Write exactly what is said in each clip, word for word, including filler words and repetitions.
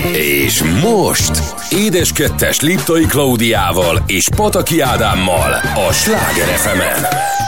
És most Édes Kettes Liptai Klaudiával és Pataki Ádámmal a Sláger ef emen.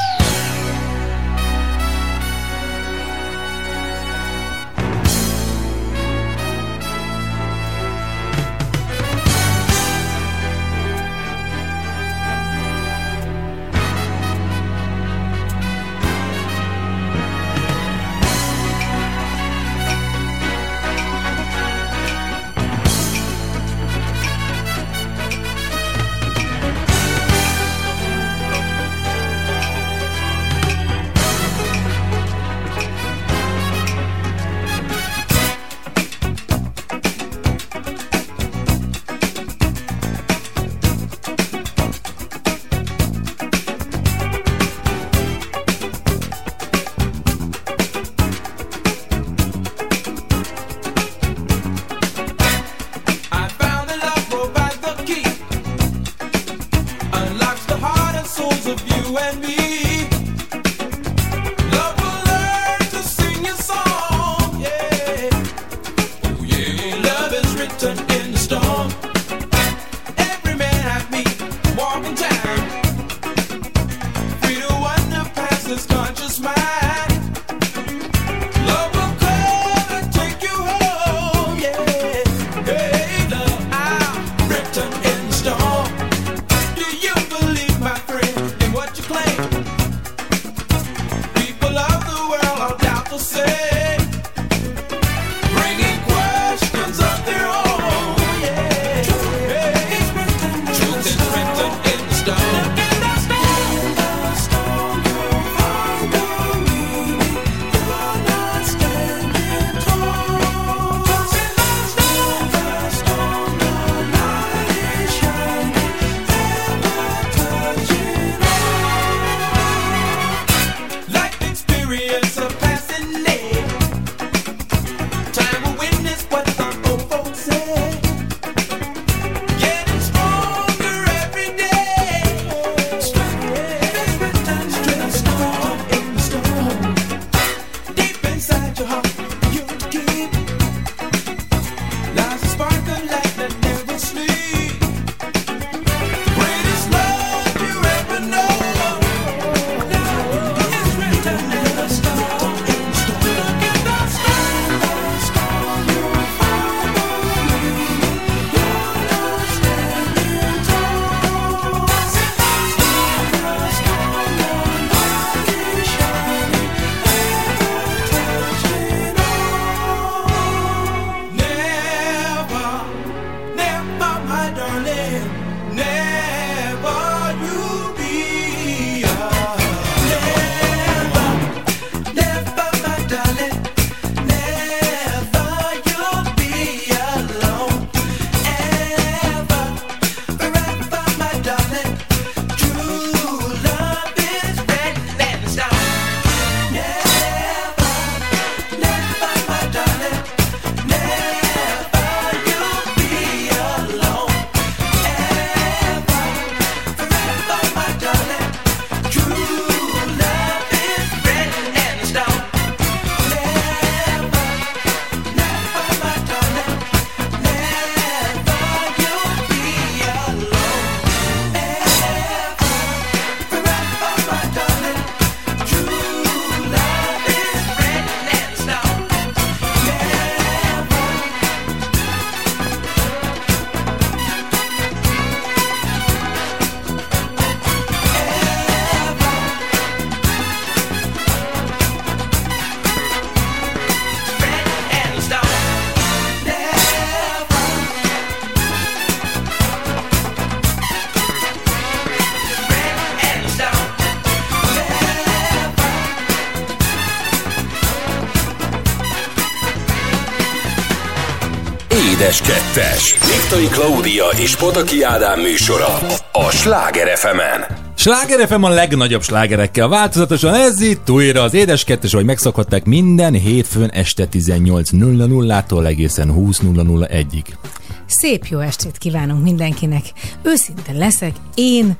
Édes Kettes Liptai Klaudia és Pataki Ádám műsora a Sláger ef emen. Sláger ef em a legnagyobb slágerekkel változatosan, ez itt újra az Édes Kettes, ahogy megszokhatták minden hétfőn este tizennyolc nulla nullától egészen húsz nulla nulla egyig. Szép jó estét kívánunk mindenkinek. Őszinte leszek, én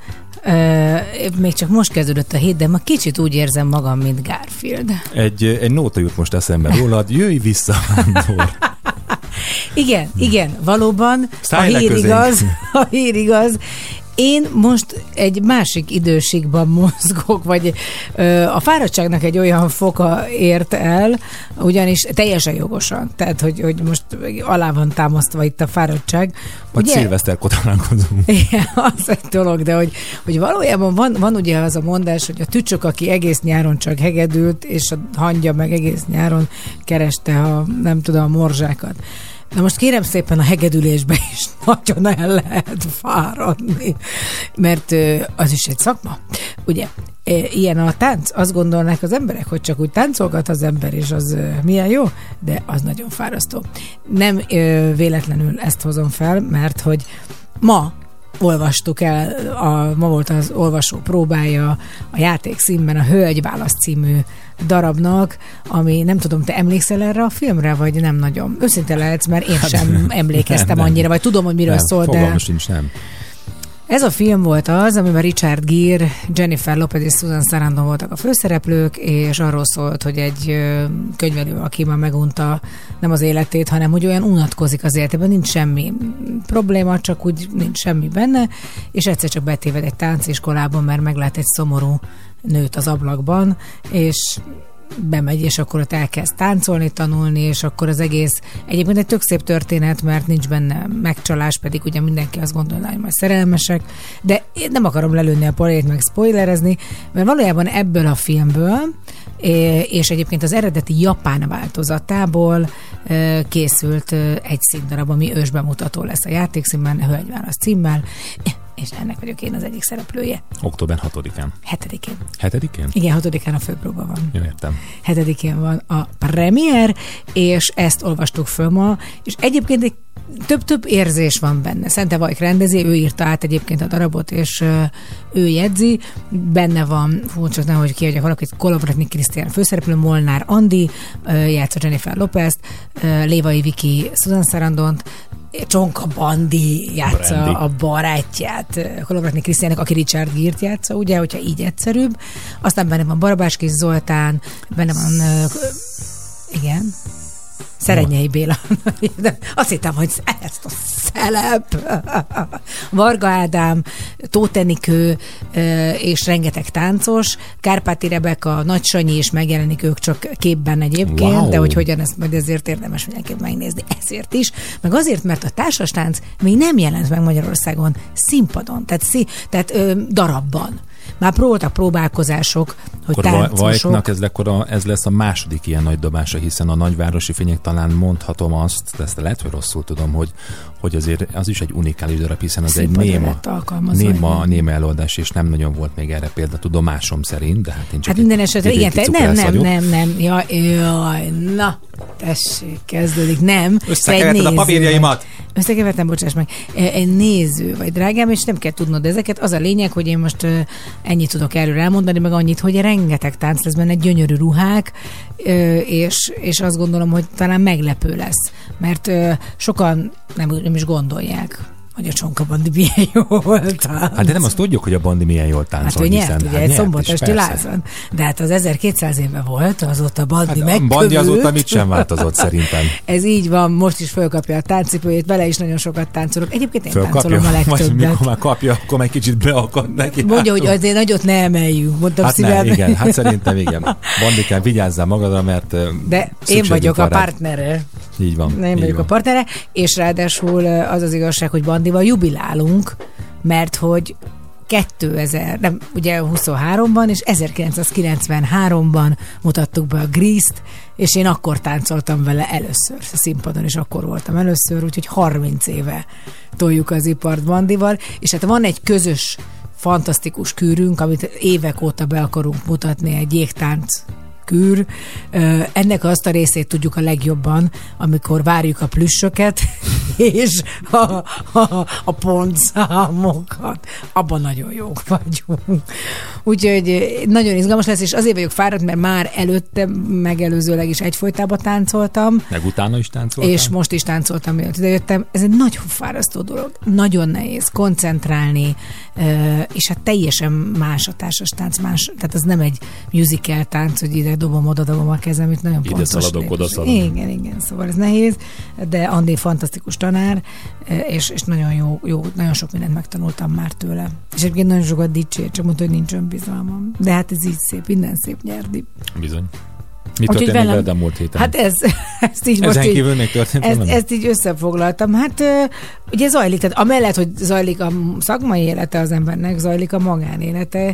Ö, még csak most kezdődött a hét, de ma kicsit úgy érzem magam, mint Garfield. Egy, egy nóta jut most eszembe rólad, jöjj vissza, Vándor. Igen, igen, valóban Szállj a hír közénk. igaz, a hír igaz. Én most egy másik időségben mozgok, vagy ö, a fáradtságnak egy olyan foka ért el, ugyanis teljesen jogosan. Tehát, hogy, hogy most alá van támasztva itt a fáradtság. Vagy szilveszterkor találkozunk. Igen, az egy dolog, de hogy, hogy valójában van, van ugye az a mondás, hogy a tücsök, aki egész nyáron csak hegedült, és a hangya meg egész nyáron kereste a, nem tudom, a morzsákat. Na most kérem szépen, a hegedülésbe is nagyon el lehet fáradni, mert az is egy szakma. Ugye, ilyen a tánc, azt gondolnák az emberek, hogy csak úgy táncolgat az ember, és az milyen jó, de az nagyon fárasztó. Nem véletlenül ezt hozom fel, mert hogy ma olvastuk el, a, ma volt az olvasó próbája a játékszínben a Hölgyválasz című darabnak, ami nem tudom, te emlékszel erre a filmre, vagy nem nagyon? Őszinte lehetsz, mert én sem emlékeztem nem, annyira, vagy tudom, hogy miről nem, szól, de... Fogalmam sincs, nem. Ez a film volt az, amiben Richard Gere, Jennifer Lopez és Susan Sarandon voltak a főszereplők, és arról szólt, hogy egy könyvelő, aki már megunta nem az életét, hanem hogy olyan unatkozik az életében, nincs semmi probléma, csak úgy nincs semmi benne, és egyszer csak betéved egy tánciskolában, mert meglát egy szomorú nőt az ablakban, és bemegy, és akkor ott elkezd táncolni, tanulni, és akkor az egész egyébként egy tök szép történet, mert nincs benne megcsalás, pedig ugye mindenki azt gondolná, hogy majd szerelmesek, de én nem akarom lelőni a polént, meg spoilerezni, mert valójában ebből a filmből, és egyébként az eredeti japán változatából készült egy színdarab, ami ősbemutató lesz a játékszínben, Hölgyválasz címmel, és ennek vagyok én az egyik szereplője. október hatodikán. Hetedikén. Hetedikén? Igen, hatodikán a főpróba van. Én értem. Hetedikén van a premier, és ezt olvastuk föl ma, és egyébként egy több-több érzés van benne. Szente Vajk rendezi, ő írta át egyébként a darabot, és ő jegyzi. Benne van, fú, csak nehogy kiadjak valakit, Kolovratnik Krisztián főszereplő, Molnár Andi, játsza Jennifer Lopezt, Lévai Viki Susan Sarandont, Csonka Bandi játsza Brandy. A barátját Kolovratnik Krisztiánnak, aki Richard Gere-t játsza, ugye, hogyha így egyszerűbb. Aztán benne van Barabáskis Zoltán, benne van uh, igen, Szerenyei Béla. Azt hittem, hogy ezt a szelep. Varga Ádám, Tóth Enikő és rengeteg táncos. Kárpáti Rebeka, Nagy Sanyi is megjelenik, ők csak képben egyébként, wow. De hogy hogyan ezt majd ezért érdemes mindenképp megnézni. Ezért is. Meg azért, mert a társastánc még nem jelent meg Magyarországon színpadon, tehát, szí, tehát ö, darabban. Már voltak próbálkozások, hogy akkor táncosok... Vajknak ez, ez lesz a második ilyen nagy dobása, hiszen a Nagyvárosi Fények, talán mondhatom azt, de ezt lehet, hogy rosszul tudom, hogy, hogy azért az is egy unikális darab, hiszen az egy néma, néma, néma előadás, és nem nagyon volt még erre példa tudomásom szerint, de hát én csak hát minden esetre, igen, te, nem, nem, nem, nem, jaj, jaj, na, tessék, kezdődik, nem. Összekeverted a papírjaimat! Összekevertem, bocsáss meg. Egy néző vagy, drágám, és nem kell tudnod ezeket. Az a lényeg, hogy én most ennyit tudok erről elmondani, meg annyit, hogy rengeteg tánc lesz benne, gyönyörű ruhák, és, és azt gondolom, hogy talán meglepő lesz. Mert sokan nem, nem is gondolják, hogy a Csonka Bandi milyen jól tánc. Hát de nem azt tudjuk, hogy a Bandi milyen jól táncol. Hát ő nyert, hiszen, ugye, hát egy nyert, szombatesti lázon. De hát az ezerkétszáz éve volt, azóta Bandi hát megkövült. A Bandi azóta mit sem változott szerintem. Ez így van, most is fölkapja a táncipőjét, vele is nagyon sokat táncolok. Egyébként én fölkapja, táncolom a legtöbbet. Vagy mikor már kapja, akkor meg kicsit beakad neki. Mondja, hogy azért nagyot ne emeljünk, mondtam hát szívem. Nem, igen, hát szerintem igen. Bandikán, vigyázzál magadra, mert de én vagyok a partnere. Így van. Nem vagyok van. a partnere, és ráadásul az az igazság, hogy Bandival jubilálunk, mert hogy kétezer, nem, ugye huszonháromban és ezerkilencszázkilencvenháromban mutattuk be a Grease-t, és én akkor táncoltam vele először, a színpadon is akkor voltam először, úgyhogy harminc éve toljuk az ipart Bandival, és hát van egy közös, fantasztikus kűrünk, amit évek óta be akarunk mutatni, egy jégtánc kűr. Ennek azt a részét tudjuk a legjobban, amikor várjuk a plüssöket, és a, a, a pontszámokat. Abban nagyon jók vagyunk. Úgyhogy nagyon izgalmas lesz, és azért vagyok fáradt, mert már előtte megelőzőleg is egyfolytában táncoltam. Meg utána is táncoltam. És most is táncoltam, mielőtt idejöttem. Ez egy nagyon fárasztó dolog. Nagyon nehéz koncentrálni, és hát teljesen más a társas tánc. Más, tehát ez nem egy musical tánc, hogy ide dobom, oda dobom a kezem, itt nagyon ide pontos. Ide szaladok, oda szaladok. Igen, igen, szóval ez nehéz, de Andi fantasztikus tanár, és, és nagyon jó, jó, nagyon sok mindent megtanultam már tőle. És egyébként nagyon sokat dicsér, csak mondta, hogy nincs önbizalmam. De hát ez így szép, minden szép nyerdi. Bizony. Mi történik velem, veled a múlt héten? Hát ez, ezt így Ezen most kívül még történt ezt, ezt így összefoglaltam. Hát ugye zajlik, tehát amellett, hogy zajlik a szakmai élete az embernek, zajlik a magánélete.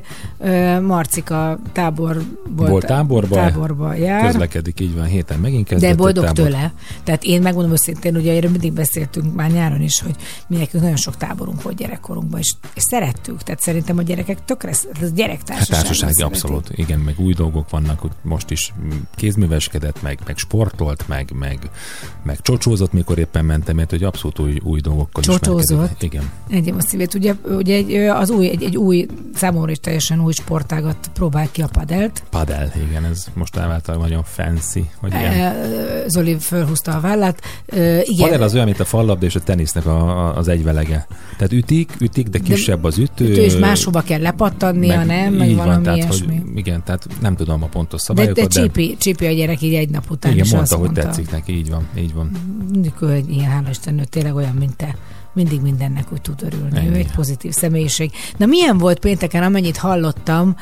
Marcika táborból, Volt táborba, táborba jár. Közlekedik, így van, héten megint kezdett. De boldog tábor. tőle. Tehát én megmondom őszintén, ugye erről mindig beszéltünk már nyáron is, hogy mi nekünk nagyon sok táborunk volt gyerekkorunkban, és, és szerettük. Tehát szerintem a gyerekek tökre, ez gyerektársaság. Hát társasági, abszolút. Igen, meg új dolgok vannak, hogy most is kézműveskedett, meg, meg sportolt, meg, meg, meg csocsózott, mikor éppen mentem, mert hogy abszolút új, új dolgokkal Csocsózott? Igen. Egyébként a szívét. Ugye, ugye egy, az új, egy, egy új, számomra is teljesen új sportágat próbál ki a padelt. Padel, igen, ez most elváltal nagyon fancy. Hogy igen. Zoli fölhúzta a vállát. Igen. Padel az olyan, mint a fallabda és a tenisznek a, a, az egyvelege. Tehát ütik, ütik, de kisebb az ütő. Ütő, és máshova kell lepattannia, meg, nem? Meg valami van, tehát, ilyesmi. Hogy, igen, tehát nem tudom a pontos szabályokat. De, de csípi, csípi a gyerek így egy nap után. Igen, is mondta, azt hogy mondta, tetszik neki, így van, így van. Mindig ő egy ilyen, hála Istennő, tényleg olyan, mint te. Mindig mindennek úgy tud örülni. Ennyi. Ő egy pozitív személyiség. Na milyen volt pénteken, amennyit hallottam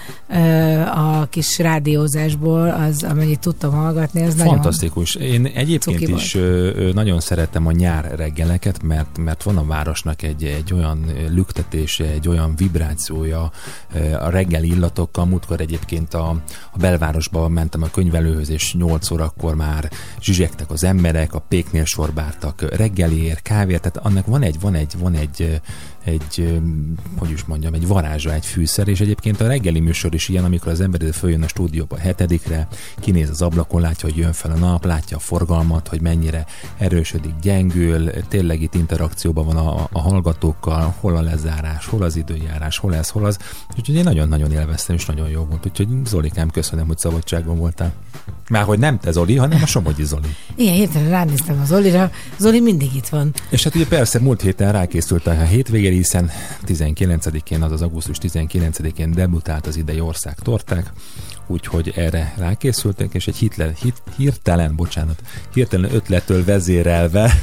a kis rádiózásból, az amennyit tudtam hallgatni, ez fantasztikus. Nagyon Én egyébként is volt. Nagyon szeretem a nyár reggeleket, mert, mert van a városnak egy, egy olyan lüktetése, egy olyan vibrációja a reggeli illatokkal. Múltkor egyébként a, a belvárosba mentem a könyvelőhöz, és nyolc órakor már zsizsegtek az emberek, a péknél sorbáltak reggeliért, kávéért, tehát annak van egy Van egy, van egy, egy, hogy is mondjam, egy varázsa, egy fűszer, és egyébként a reggeli műsor is ilyen, amikor az ember följön a stúdióba a hetedikre, kinéz az ablakon, látja, hogy jön fel a nap, látja a forgalmat, hogy mennyire erősödik, gyengül, tényleg itt interakcióban van a, a hallgatókkal, hol a lezárás, hol az időjárás, hol ez, hol az. Úgyhogy én nagyon-nagyon élveztem, és nagyon jó volt. Úgyhogy Zolikám, köszönöm, hogy szabadságon voltál. Már hogy nem te Zoli, hanem a Somogyi Zoli. Igen, hirtelen ránéztem a Zolira. Zoli mindig itt van. És hát ugye persze múlt héten rákészült a hétvégére, hiszen tizenkilencedikén, azaz augusztus tizenkilencedikén debütált az idei ország torták, úgyhogy erre rákészültek, és egy hitler, hit, hirtelen, bocsánat, hirtelen ötlettől vezérelve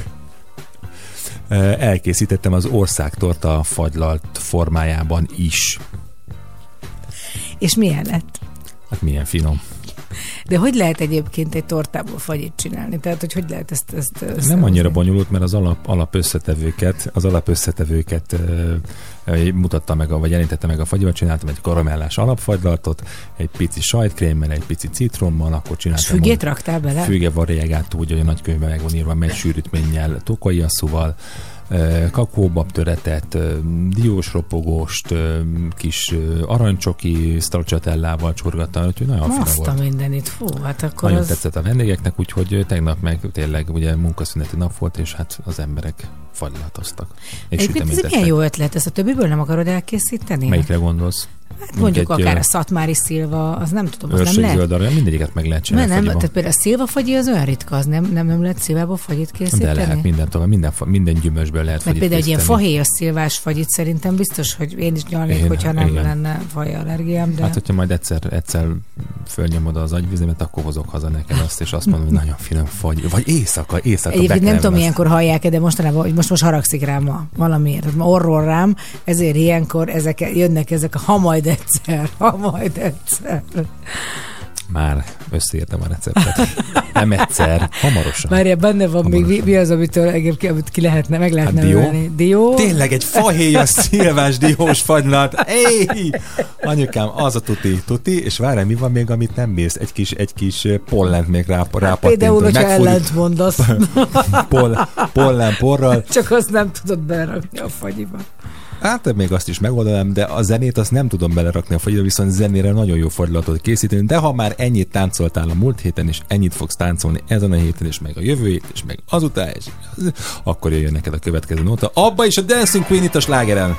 elkészítettem az országtorta fagylalt formájában is. És milyen lett? Hát milyen finom. De hogy lehet egyébként egy tortából fagyit csinálni? Tehát, hogy hogy lehet ezt, ezt összehozni? Nem annyira bonyolult, mert az alap, alap összetevőket, az alap összetevőket e, mutatta meg, vagy jelentette meg a fagyival, csináltam egy karamellás alapfagylaltot, egy pici sajtkrémmel, egy pici citrommal, akkor csináltam. És fügét raktál bele? Füge variegát, úgy, hogy a nagykönyvben meg van írva, megy sűrítménnyel, tokaiasszúval, kakaóbab töretet, diós ropogóst, kis aranycsoki stracciatellával csorgattam, úgyhogy nagyon finom volt. Azt a mindenit, fú, hát akkor nagyon az... tetszett a vendégeknek, úgyhogy tegnap meg tényleg ugye munkaszüneti nap volt, és hát az emberek fagylatoztak. Egyébként ez milyen jó ötlet, ezt a többiből nem akarod elkészíteni? Melyikre gondolsz? Hát mondjuk egy, akár a szatmári szilva, az nem tudom, az nem lehet. Zöld, mindegyiket meg lehet csinálni. Nem, tehát például a szilva fagyi az olyan ritka, az nem, nem, nem lehet szilvából fagyit készíteni? De lehet minden tovább, minden, minden gyümölcsből lehet fagyit például készíteni. Például egy ilyen fahéjas szilvás fagyit szerintem biztos, hogy én is nyalnék, én, hogyha nem igen. lenne fajallergiám. De... Hát, hogyha majd egyszer, egyszer fölnyomod az agyvizemet, akkor hozok haza neked azt, és azt mondom, hogy nagyon finom fagy. Vagy éjszaka, éjszaka. Egyébként nem tudom, ilyenkor hallják, de mostanában, hogy most most haragszik rám ma valamiért. Tehát ma orrol rám, ezért ilyenkor ezek, jönnek ezek a ha majd egyszer, ha majd egyszer. Már összeértem a receptet. Nem egyszer, hamarosan. Várjál, benne van hamarosan. Még mi az, amitől amit ki lehetne, meg lehetne hát ölni. Dió? Tényleg egy fahéjas szilvás diós fagylat. Éj! Anyukám, az a tuti, tuti, és várjál, mi van még, amit nem mész? Egy kis, egy kis pollent még rá, rápattintod. Például, hogyha ellent mondasz. Poll, pollen, porral. Csak azt nem tudod berakni a fagyiba. Hát még azt is megoldanám, de a zenét azt nem tudom belerakni a fagyra, viszont zenére nagyon jó fordulatot készíteni, de ha már ennyit táncoltál a múlt héten, és ennyit fogsz táncolni ezen a héten, és meg a jövő hét, és meg azután, és akkor jöjjön neked a következő nóta. Abba is a Dancing Queen itt a slágeren!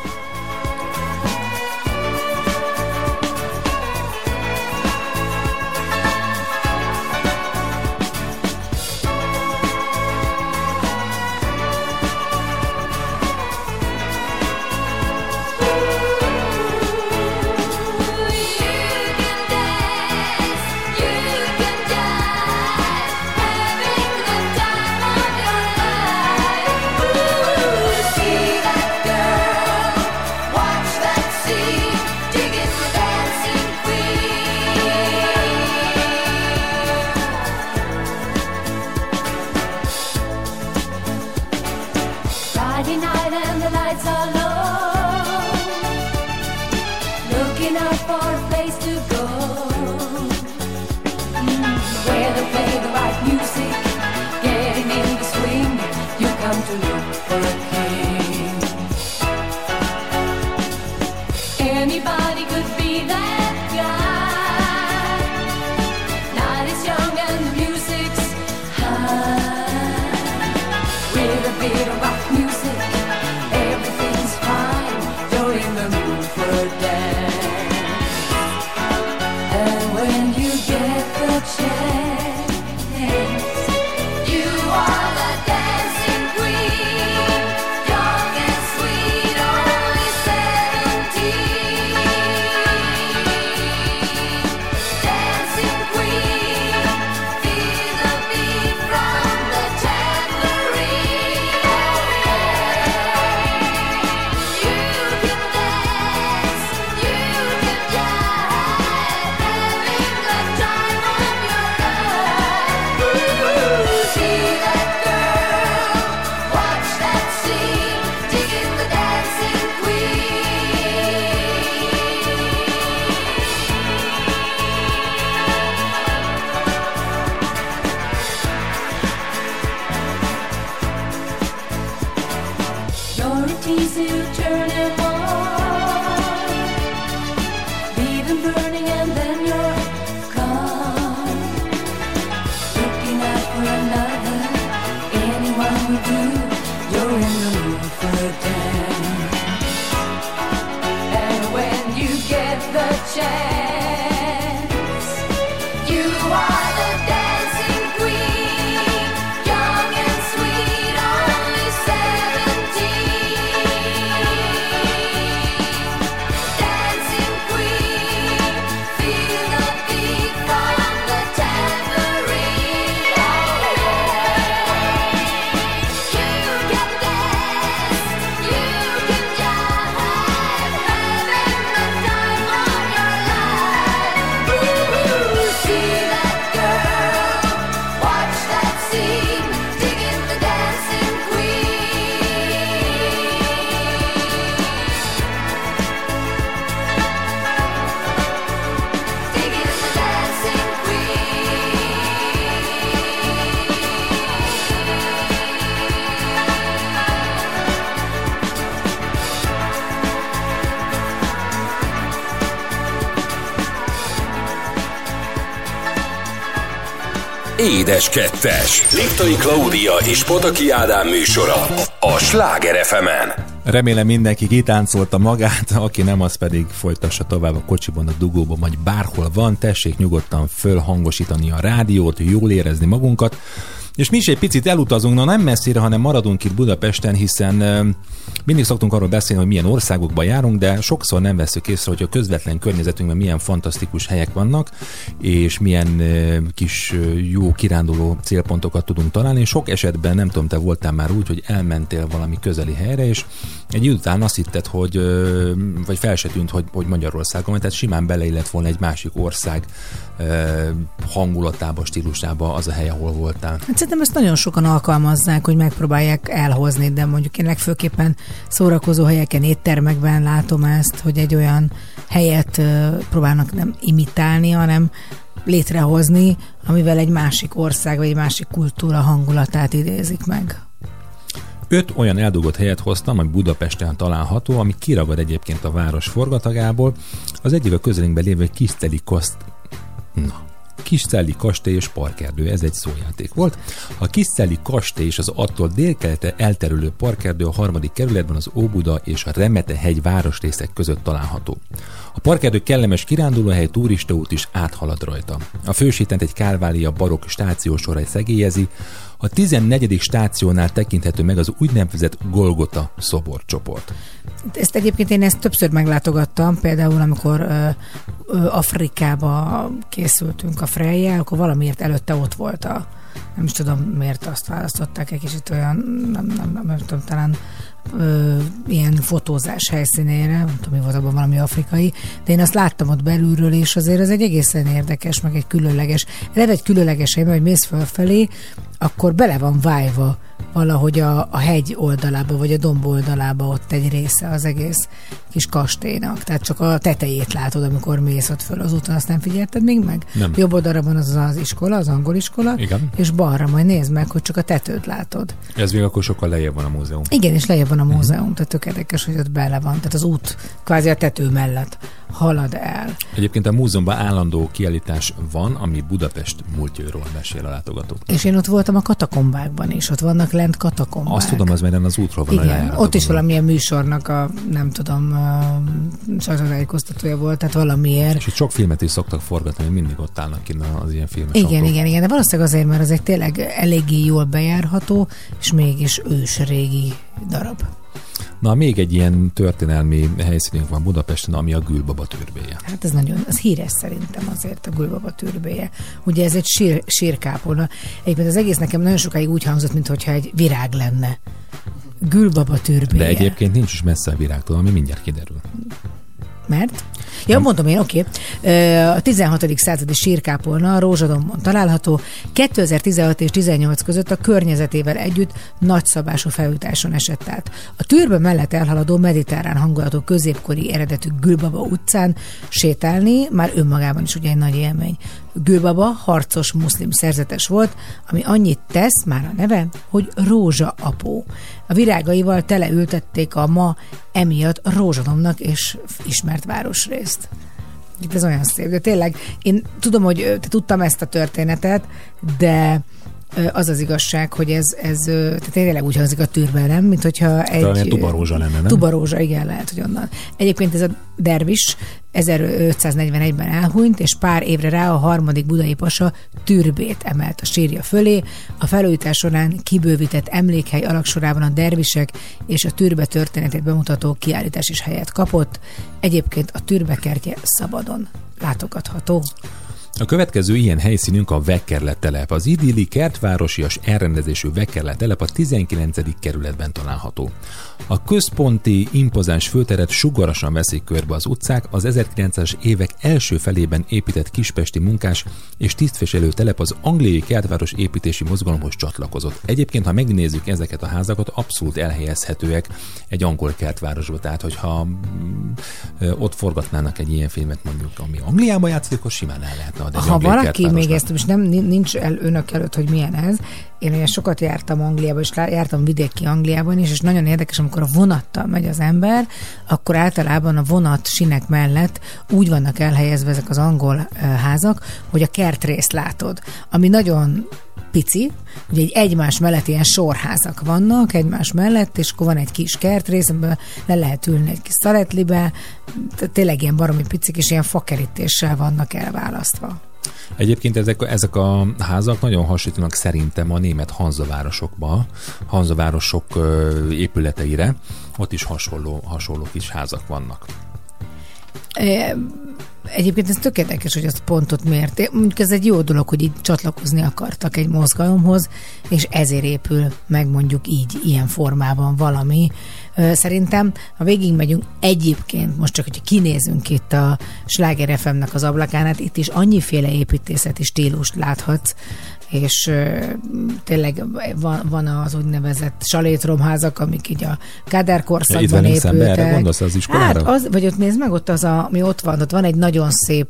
Édes Kettes. Liptai Klaudia és Pataki Ádám műsora a Sláger ef emen. Remélem mindenki kitáncolta magát, aki nem, az pedig folytassa tovább a kocsiban, a dugóban, vagy bárhol van. Tessék nyugodtan fölhangosítani a rádiót, jól érezni magunkat. És mi is egy picit elutazunk, na nem messzire, hanem maradunk itt Budapesten, hiszen uh, mindig szoktunk arról beszélni, hogy milyen országokba járunk, de sokszor nem veszük észre, hogy a közvetlen környezetünkben milyen fantasztikus helyek vannak, és milyen uh, kis uh, jó kiránduló célpontokat tudunk találni. Sok esetben, nem tudom, te voltál már úgy, hogy elmentél valami közeli helyre, és egy idő után azt hitted, hogy, uh, vagy fel se tűnt, hogy, hogy Magyarországon, tehát simán beleillett volna egy másik ország uh, hangulatába, stílusába az a hely, ahol voltál. Hát szerintem ezt nagyon sokan alkalmazzák, hogy megpróbálják elhozni, de mondjuk én legfőképpen szórakozó helyeken, éttermekben látom ezt, hogy egy olyan helyet próbálnak nem imitálni, hanem létrehozni, amivel egy másik ország vagy egy másik kultúra hangulatát idézik meg. Öt olyan eldugott helyet hoztam, ami Budapesten található, ami kiragad egyébként a város forgatagából. Az egyik a közelünkben lévő Kiszteli Kaszt... Na... Kiszteli kastély és parkerdő, ez egy szójáték volt. A Kiszteli kastély és az attól délkelete elterülő parkerdő a harmadik kerületben az Óbuda és a Remete-hegy városrészek között található. A parkerdő kellemes kirándulóhely, turistaút is áthalad rajta. A fősétent egy Kálvária barokk stációsora szegélyezi, a tizennegyedik stációnál tekinthető meg az úgynevezett Golgota szoborcsoport. Ezt egyébként én ezt többször meglátogattam, például amikor ö, ö, Afrikába készültünk a Frejjel, akkor valamiért előtte ott volt a, nem is tudom miért azt választották, egy kicsit olyan, nem, nem, nem, nem tudom, talán ö, ilyen fotózás helyszínére, nem tudom, mi volt abban, valami afrikai, de én azt láttam ott belülről, és azért ez egy egészen érdekes, meg egy különleges, eleve egy különleges hely, mert hogy mész fölfelé, akkor bele van vájva valahogy a, a hegy oldalába, vagy a domb oldalába ott egy része az egész kis kastélynak. Tehát csak a tetejét látod, amikor mész ott föl az úton, azt nem figyelted még meg? Nem. Jobb oldalra van az az iskola, az angol iskola, igen. És balra majd nézd meg, hogy csak a tetőt látod. Ez még akkor sokkal lejjebb van a múzeum. Igen, és lejjebb van a múzeum, uh-huh. Tehát tök érdekes, hogy ott bele van. Tehát az út kvázi a tető mellett halad el. Egyébként a múzeumban állandó kiállítás van, ami Budapest múltjairól mesél a látogatók. És én ott voltam a katakombákban is, ott vannak lent katakombák. Azt tudom, az mert az útról van. Igen, a ott is valamilyen műsornak a, nem tudom, sajtótájékoztatója volt, tehát valamiért. És itt sok filmet is szoktak forgatni, hogy mindig ott állnak kint az ilyen filmes Igen, autók. igen, igen, de valószínűleg azért, mert az egy tényleg eléggé jól bejárható, és mégis ősrégi darab. Na, még egy ilyen történelmi helyszínünk van Budapesten, ami a Gülbaba türbéje. Hát ez nagyon, az híres szerintem azért a Gülbaba türbéje. Ugye ez egy sír, sírkápolna. Egyébként az egész nekem nagyon sokáig úgy hangzott, mintha egy virág lenne. Gülbaba türbéje. De egyébként nincs is messze a virágtól, ami mindjárt kiderül. Mert? Ja, mondom én, oké. Okay. A tizenhatodik századi sírkápolna a Rózsadombon található. kétezer-tizenhat és tizennyolc között a környezetével együtt nagyszabású felújításon esett át. A türbe mellett elhaladó mediterrán hangulatú középkori eredetű Gülbaba utcán sétálni már önmagában is ugye egy nagy élmény. Gülbaba harcos muszlim szerzetes volt, ami annyit tesz, már a neve, hogy Rózsa apó. A virágaival teleültették a ma emiatt Rózsadombnak és ismert városrészt. Itt ez olyan szép, de tényleg én tudom, hogy te tudtam ezt a történetet, de az az igazság, hogy ez, ez tehát tényleg úgy hangzik a türbe, nem? Mint hogyha egy... Talán tubarózsa lenne, nem? Tubarózsa, igen, lehet, hogy onnan. Egyébként ez a dervis ezerötszáznegyvenegyben elhunyt, és pár évre rá a harmadik budai pasa türbét emelt a sírja fölé. A felújítás során kibővített emlékhely alaksorában a dervisek és a türbe történetét bemutató kiállítás is helyet kapott. Egyébként a türbe kertje szabadon látogatható. A következő ilyen helyszínünk a Vekkerle telep. Az idilli kertvárosias elrendezésű Vekkerle telep a tizenkilencedik kerületben található. A központi impozáns főteret sugarasan veszik körbe az utcák, az ezerkilencszázas évek első felében épített kispesti munkás és tisztviselő telep az angliai kertváros építési mozgalomhoz csatlakozott. Egyébként, ha megnézzük ezeket a házakat, abszolút elhelyezhetőek egy angol kertvárosba, tehát hogyha mm, ott forgatnának egy ilyen filmet, mondjuk, ami Angliában játszik, akkor simán el lehetne adni. Ha valaki még ezt most nem nincs el önök előtt, hogy milyen ez, én olyan sokat jártam Angliában, és jártam vidéki Angliában is, és nagyon érdekes, amikor a vonattal megy az ember, akkor általában a vonat sinek mellett úgy vannak elhelyezve ezek az angol házak, hogy a kertrészt látod, ami nagyon pici, ugye egy egymás mellett ilyen sorházak vannak egymás mellett, és akkor van egy kis kertrész, amiben le lehet ülni egy kis szaletlibe, tényleg ilyen baromi picik, és ilyen fakerítéssel vannak elválasztva. Egyébként ezek, ezek a házak nagyon hasonlítanak szerintem a német hanzavárosokba, hanzavárosok épületeire, ott is hasonló, hasonló kis házak vannak. E- Egyébként ez tökéletes, hogy azt pontot miért. Mondjuk ez egy jó dolog, hogy így csatlakozni akartak egy mozgalomhoz, és ezért épül meg mondjuk így, ilyen formában valami. Szerintem, ha végig megyünk egyébként, most csak, hogy kinézünk itt a Sláger ef em-nek az ablakán, hát itt is annyiféle építészeti stílust láthatsz, és uh, tényleg van, van az úgynevezett salétromházak, amik így a Kádár korszakban épültek. Erre gondolsz az iskolára? Hát az, vagy ott nézd meg, ott az, a, ami ott van, ott van egy nagyon szép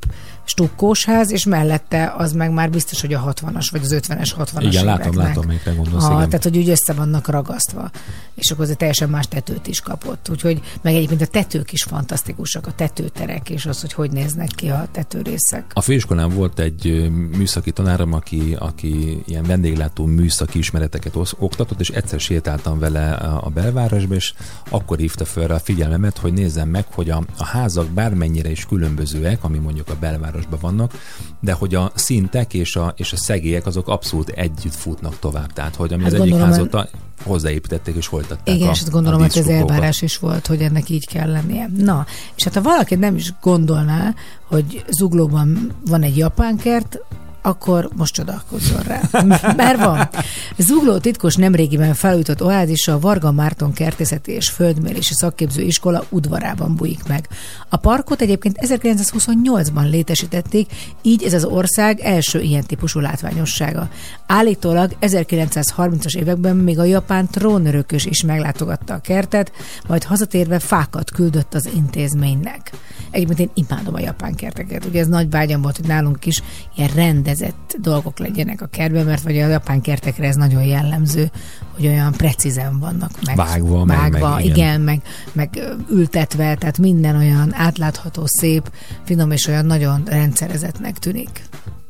stukkós ház, és mellette az meg már biztos, hogy a hatvanas, vagy az ötvenes, hatvanas igen, éveknek. látom, látom, melyikre gondolsz. Ah, igen. Tehát, hogy úgy össze vannak ragasztva. És akkor azért teljesen más tetőt is kapott. Úgyhogy meg egyébként a tetők is fantasztikusak, a tetőterek, és az, hogy hogy néznek ki a tetőrészek. A főiskolán volt egy műszaki tanárom, aki, aki ilyen vendéglátó műszaki ismereteket oktatott, és egyszer sétáltam vele a belvárosba, és akkor hívta fel a figyelmemet, hogy nézzem meg, hogy a, a házak bármennyire is különbözőek, ami mondjuk a belvárosban vannak, de hogy a szintek és a, és a szegélyek azok abszolút együtt futnak tovább. Tehát, hogy ami hát az egyik házat a, hozzáépítették és folytatták. Igen, a, és azt gondolom, hogy ez elvárás is volt, hogy ennek így kell lennie. Na, és hát ha valaki nem is gondolná, hogy Zuglóban van egy japánkert, akkor most csodálkozzon rá. Mert van. Zugló titkos nemrégiben felújított oázisa a Varga Márton Kertészeti és Földmérési Szakképző Iskola udvarában bújik meg. A parkot egyébként ezerkilencszázhuszonnyolcban létesítették, így ez az ország első ilyen típusú látványossága. Állítólag ezerkilencszázharmincas években még a japán trónörökös is meglátogatta a kertet, majd hazatérve fákat küldött az intézménynek. Egyébként én imádom a japán kerteket. Ugye ez nagy vágyam volt, hogy nálunk is ilyen rendezett dolgok legyenek a kertben, mert vagy a japán kertekre ez nagyon jellemző, hogy olyan precízen vannak meg. Vágva, vágva meg, meg, igen, igen. meg, meg ültetve, tehát minden olyan átlátható, szép, finom és olyan nagyon rendszerezettnek tűnik.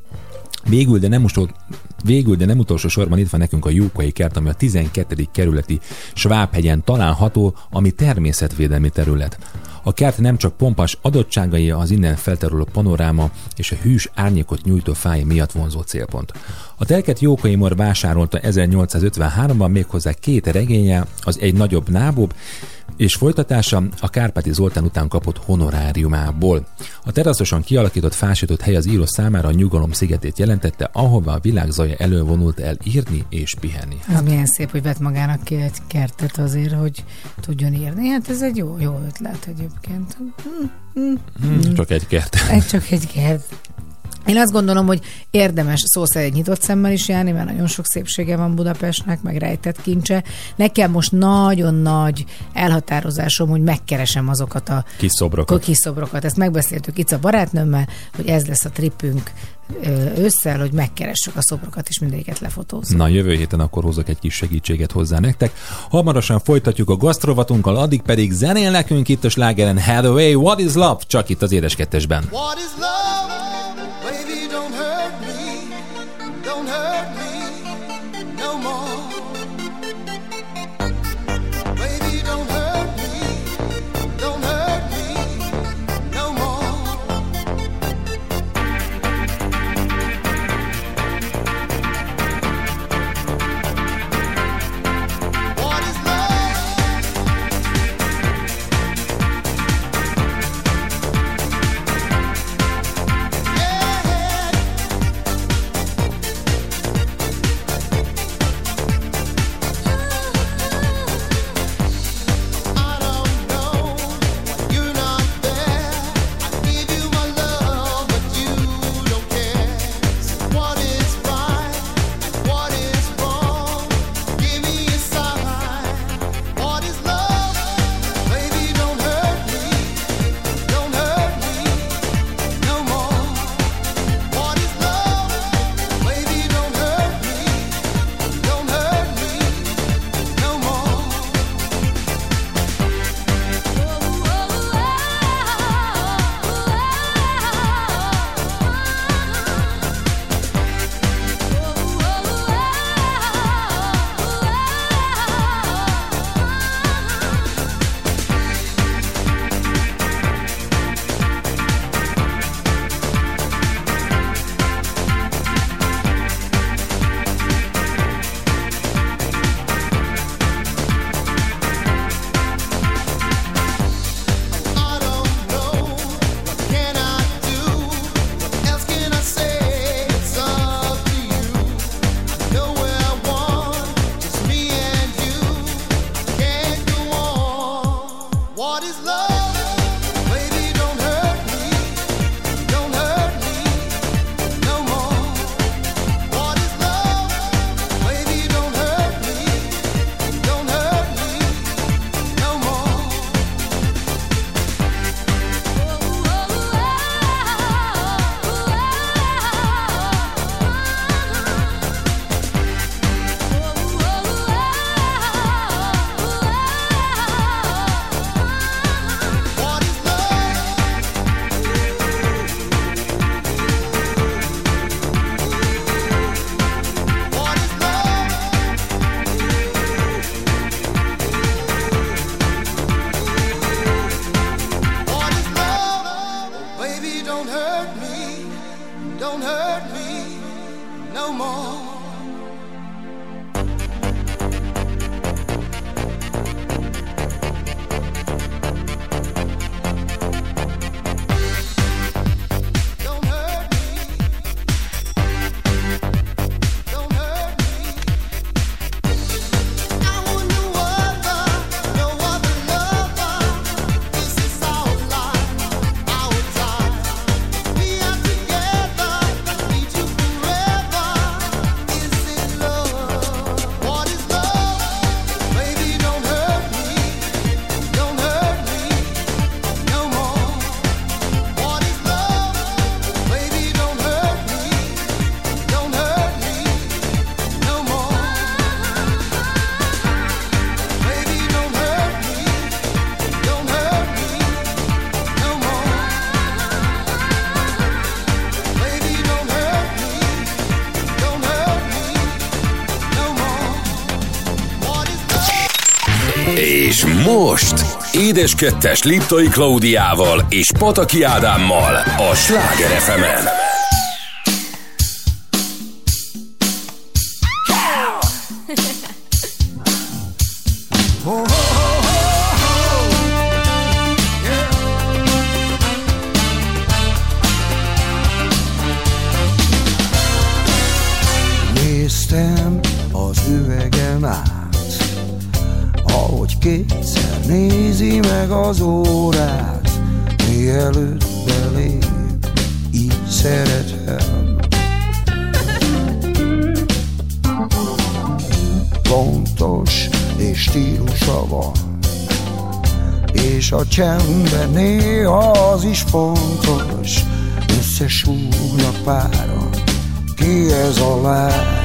Végül, de nem, utol, végül, de nem utolsó sorban itt van nekünk a Jókai kert, ami a tizenkettedik kerületi Svábhegyen található, ami természetvédelmi terület. A kert nem csak pompás adottságai, az innen felterülő panoráma és a hűs árnyékot nyújtó fái miatt vonzó célpont. A telket Jókai Mor vásárolta ezernyolcszázötvenháromban méghozzá két regénye, az egy nagyobb nábob, és folytatása a Kárpáti Zoltán után kapott honoráriumából. A teraszosan kialakított, fásított hely az író számára a nyugalom szigetét jelentette, ahova a világ zaja elől vonult el írni és pihenni. Ez milyen szép, hogy vett magának ki egy kertet azért, hogy tudjon írni. Hát ez egy jó, jó ötlet egyébként. Mm, mm, mm. Csak egy kert. Egy, csak egy kert. Én azt gondolom, hogy érdemes szó szerint nyitott szemmel is járni, mert nagyon sok szépsége van Budapestnek, meg rejtett kincse. Nekem most nagyon nagy elhatározásom, hogy megkeresem azokat a kis szobrokat. Kis szobrokat. Ezt megbeszéltük itt a barátnőmmel, hogy ez lesz a tripünk ősszel, hogy megkeressük a szobrokat, és mindegyiket lefotózzuk. Na, jövő héten akkor hozok egy kis segítséget hozzá nektek. Hamarosan folytatjuk a gasztrovatunkkal, addig pedig zenél nekünk itt a slágeren Hathaway, What is Love? Csak itt az Édes Kettesben. What is love? Baby, don't hurt me. Don't hurt me no more. Baby, don't hurt me. Don't hurt me no more. What is És most Édes Kettes Liptai Klaudiával és Pataki Ádámmal a Sláger ef emen. Néztem az üvegem át, ahogy kétszer nézi meg az órát, mielőtt belép, így szeretem. Pontos és stílusa van, és a csendben néha az is fontos. Összesúgnak páran, ki ez a lány?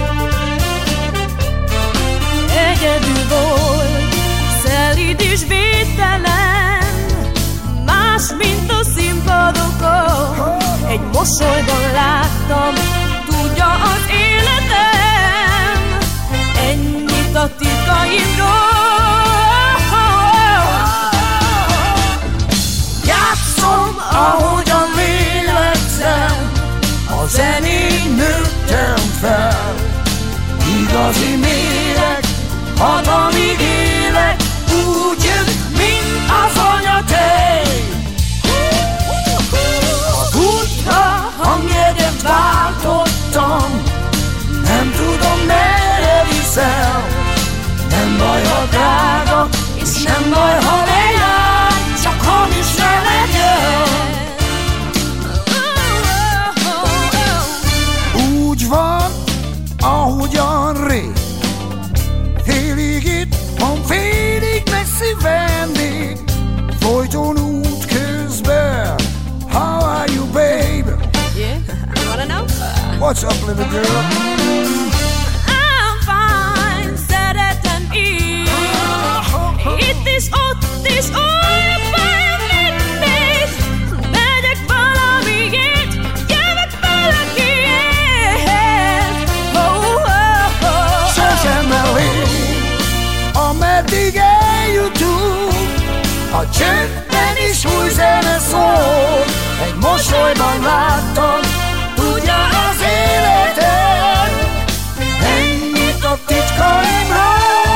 Egyedül volt, szelíd és védtelen, más, mint a színpadokon. Egy mosolyban láttam, tudja az életem, ennyit a titkaimról. Játszom, ahogyan lélegzem, a zenén nőttem fel. Igazi méreg, hat amíg élek, úgy jön, mint az anyatej. Az útra hangjegyet váltottam, nem tudom merre viszel. Nem baj, ha drága, és nem baj, ha lejár, csak hamis ne legyen. Úgy van, ahogyan rég, félig itt van, félig messzi vendég, folyton út közben. How are you, babe? Yeah, you wanna know? What's up, little girl? I'm fine, szeretem így. Itt is, ott is, olyan bajom mindig. Megyek valamiért, jövök valakiért. Oh, oh, oh. Sosem elég, ameddig eljutunk, a csöndben is új zene szól. Egy mosolyban láttam, tudja az életem, ennyit a titkaimról.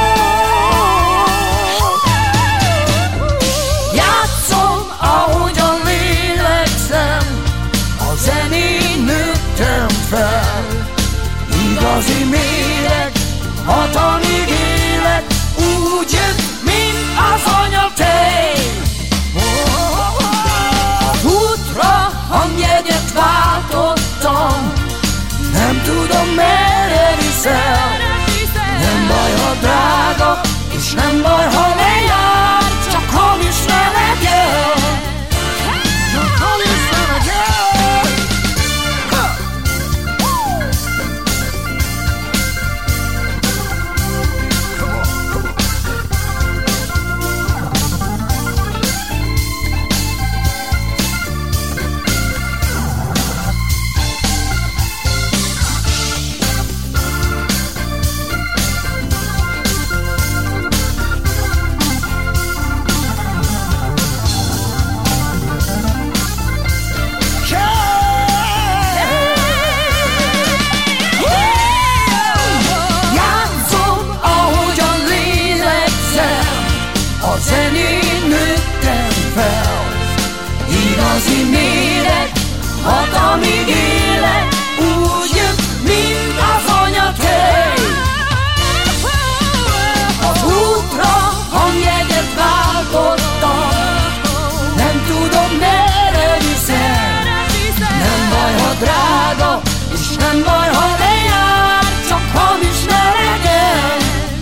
Játszom, ahogyan lélegzem, a zenén nőttem fel. Igazi méreg, hat amíg élek, úgy jön, mint az anyatej. Az útra hangjegyet váltottam, nem tudom merre viszel. Nem baj, ha drága, és nem baj, ha lejár, csak hamis ne legyen. Csak hamis ne legyen. Játszom, ahogyan lélegzem, a zenén nőttem fel. Igazi méreg, hat amíg élek, úgy jön, mint az anyatej. Az útra hangjegyet váltottam, nem tudom merre viszel. Nem baj, ha drága, és nem baj, ha lejár, csak hamis ne legyen.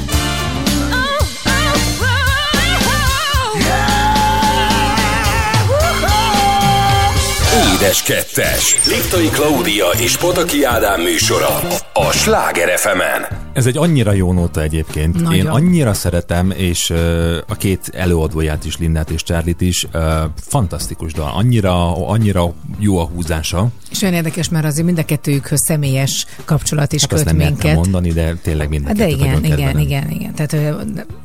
Édes Kettes Liptai Klaudia és Pataki Ádám műsora a Sláger ef emen. Ez egy annyira jó nóta egyébként. Nagyon. Én annyira szeretem, és uh, a két előadóját is, Lindát és Charlie-t is, uh, fantasztikus dal. Annyira, annyira jó a húzása. És olyan érdekes, mert azért mind a kettőjükhöz személyes kapcsolat is hát köt nem minket. Nem mondani, de tényleg mind a de kettőt igen, igen, kedvelem. igen, igen. Tehát,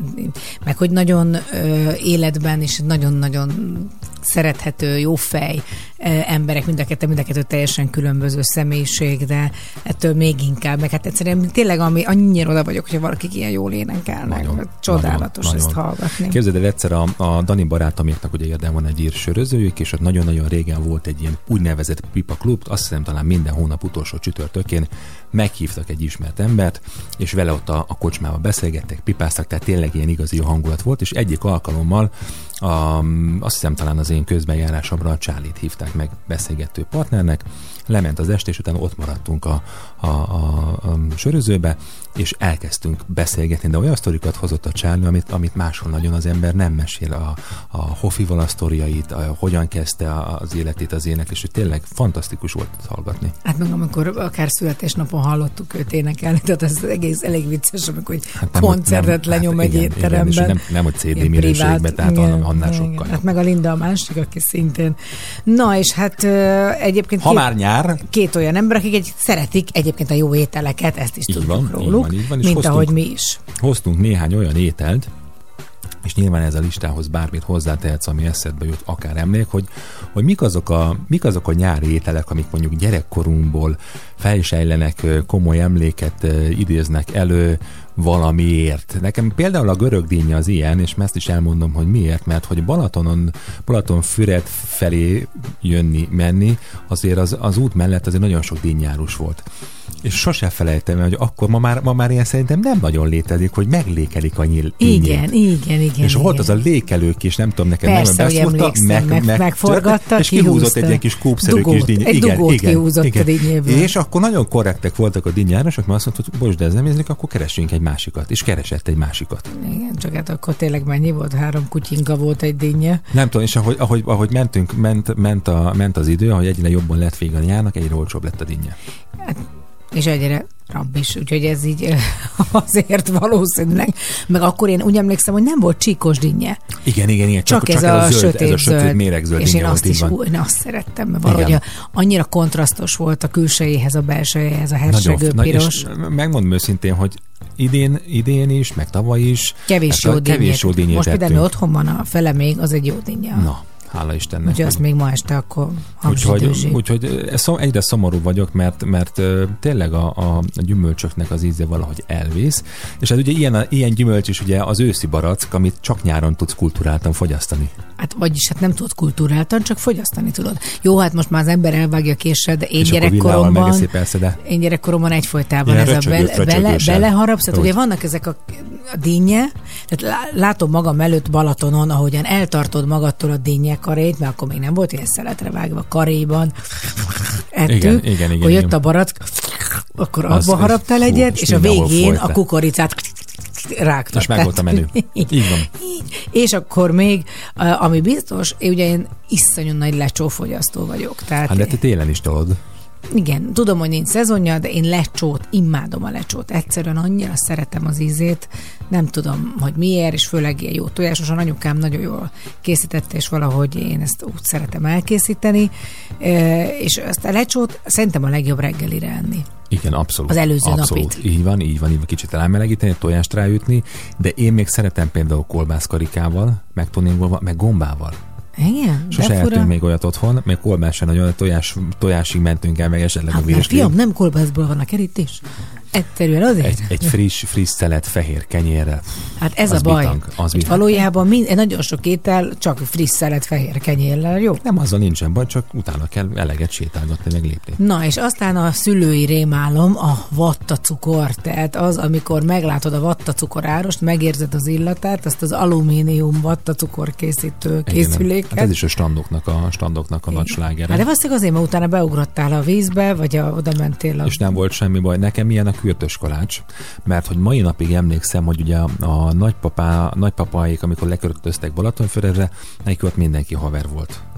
meg hogy nagyon életben is nagyon-nagyon szerethető, jó fej emberek, mind a kettő, mind a kettő teljesen különböző személyiség, de ettől még inkább, meg hát egyszerűen tényleg ami, annyira oda vagyok, hogyha valakik ilyen jól énekelnek. Nagyon, csodálatos nagyon, ezt nagyon. hallgatni. Képzeld el, egyszer a, a Dani barátomiknak ugye érdem van egy ír sörözőjük, és ott nagyon-nagyon régen volt egy ilyen úgynevezett pipa klub, azt hiszem talán minden hónap utolsó csütörtökén meghívtak egy ismert embert, és vele ott a, a kocsmába beszélgettek, pipáztak, tehát tényleg ilyen igazi hangulat volt, és egyik alkalommal a, azt hiszem talán az én közbenjárásomra a Charlie-t hívták meg beszélgető partnernek, lement az este, és utána ott maradtunk a, a, a, a sörözőbe, és elkezdtünk beszélgetni, de olyan sztorikat hozott a Charlie, amit, amit máshol nagyon az ember nem mesél, a, a Hofival a sztoriait, a, hogyan kezdte az életét az éneklés, és tényleg fantasztikus volt hallgatni. Hát meg amikor akár születésnapon hallottuk őt énekelni, tehát ez egész elég vicces, amikor hát koncertet nem, lenyom hát egy igen, étteremben. Igen, nem, nem a cé dé minőségben, tehát igen, annál igen, sokkal. Hát meg a Linda a másik, aki szintén. Na, és hát uh, egyébként ha két, már nyár, két olyan ember, akik egy, szeretik egyébként a jó ételeket, ezt is tudjuk van, róluk, így van, így van, mint hoztunk, ahogy mi is. Hoztunk néhány olyan ételt, és nyilván ez a listához bármit hozzátehetsz, ami eszedbe jut, akár emlék, hogy, hogy mik, azok a, mik azok a nyári ételek, amik mondjuk gyerekkorunkból felsejlenek, komoly emléket idéznek elő valamiért. Nekem például a görög dinnye az ilyen, és ezt is elmondom, hogy miért, mert hogy Balatonon, Balatonfüred felé jönni, menni, azért az, az út mellett azért nagyon sok dinnyárus volt. És sose felejtem, hogy akkor ma már, ma már ilyen szerintem nem nagyon létezik, hogy meglékelik a nyíl. Igen, igen, igen. És igen. volt az a lékelők is, nem tudom nekem, persze, nem beszúrta, meg, meg, meg, megforgatta, és kihúzott egy ilyen kis kúpszerű kis dinnyét. Egy dugót igen, kihúzott igen. a dinnyéből. És akkor nagyon korrektek voltak a dinnyárosok, mert azt mondta, hogy bocs, de ez nem ízlik, akkor keressünk egy másikat. És keresett egy másikat. Igen, csak hát akkor tényleg mennyi volt? Három kutyinka volt egy dinnye. Nem tudom, és ahogy, ahogy, ahogy mentünk, ment, ment, a, ment az idő, ahogy egyre jobban lett vége a nyárnak, egyre olcsóbb lett a dinnye. Hát, és egyre rabb is, úgyhogy ez így azért valószínűleg. Meg akkor én úgy emlékszem, hogy nem volt csíkos dinnye. Igen, igen, igen. Csak, csak ez, ez a, a zöld, sötét, ez a sötét zöld, méregzöld és dinnye. én azt is ú, én azt szerettem, mert valahogy a, annyira kontrasztos volt a külsejéhez, a belsejéhez, a hersegő piros. Na, megmondom őszintén, hogy idén, idén is, meg tavaly is. Kevés jó dinnyét. Most például mi otthon van a fele még, az egy jó dinnye. Na. Hála Istennek. Úgyhogy azt még ma este akkor Úgyhogy, úgyhogy egyre szomorú vagyok, mert, mert tényleg a, a, a gyümölcsöknek az íze valahogy elvész. És hát ugye ilyen, ilyen gyümölcs is ugye az őszi barack, amit csak nyáron tudsz kulturáltan fogyasztani. Hát vagyis hát nem tudod kulturáltan, csak fogyasztani tudod. Jó, hát most már az ember elvágja késsel, de én és gyerekkoromban persze, de... én gyerekkoromban egyfolytában ilyen ez röcsögő, a bele, bele, beleharapsz, tehát ugye vannak ezek a, a dinnye, tehát látom magam előtt Balatonon, ahogyan eltartod magadtól a dinnye karét, mert akkor még nem volt ilyen szeletre vágva, karéban ettük, igen, igen, igen, hogy jött igen. a barack, akkor az, abba haraptál egyet, és a végén a kukoricát rágtad. És meg volt a menü. Így van. És akkor még, ami biztos, én ugye én iszonyú nagy lecsófogyasztó vagyok. Tehát hát de te télen is tolod. Igen, tudom, hogy nincs szezonja, de én lecsót, imádom a lecsót. Egyszerűen annyira szeretem az ízét, nem tudom, hogy miért, és főleg ilyen jó tojásosan. Anyukám nagyon jól készítette, és valahogy én ezt úgy szeretem elkészíteni. És ezt a lecsót szerintem a legjobb reggelire enni. Igen, abszolút. Az előző abszolút. napit. Így van, így van, így van, kicsit elmelegíteni, tojást ráütni, de én még szeretem például kolbászkarikával, meg tuningolva, meg gombával. Igen? Sose ettünk még olyat otthon, még kolbász nagyon tojás, tojásig mentünk el, meg esetleg hát a vírus. Fiam, nem kolbászból van a kerítés. Egyszerűen azért. Egy, egy friss, friss szelet fehér kenyérrel. Hát ez a baj. Bitang, az hogy valójában mind, nagyon sok étel csak friss szelet fehér kenyérrel, jó? Nem, azzal nincsen baj, csak utána kell eleget sétálgatni, meg lépni. Na, és aztán a szülői rémálom, a vattacukor. Tehát az, amikor meglátod a vattacukor árost, megérzed az illatát, azt az alumínium vattacukor készítő készüléket. Hát ez is a standoknak a, standoknak a nagy slágere. Hát de valószínűleg azért, mert utána beugrottál a vízbe, vagy a, oda mentél a... És nem volt semmi baj. Nekem ilyen a kürtös kalács, mert hogy mai napig emlékszem, hogy ugye a, a nagypapá, nagypapáik, amikor leköltöztek Balatonfüredre, nekik ott mindenki haver volt.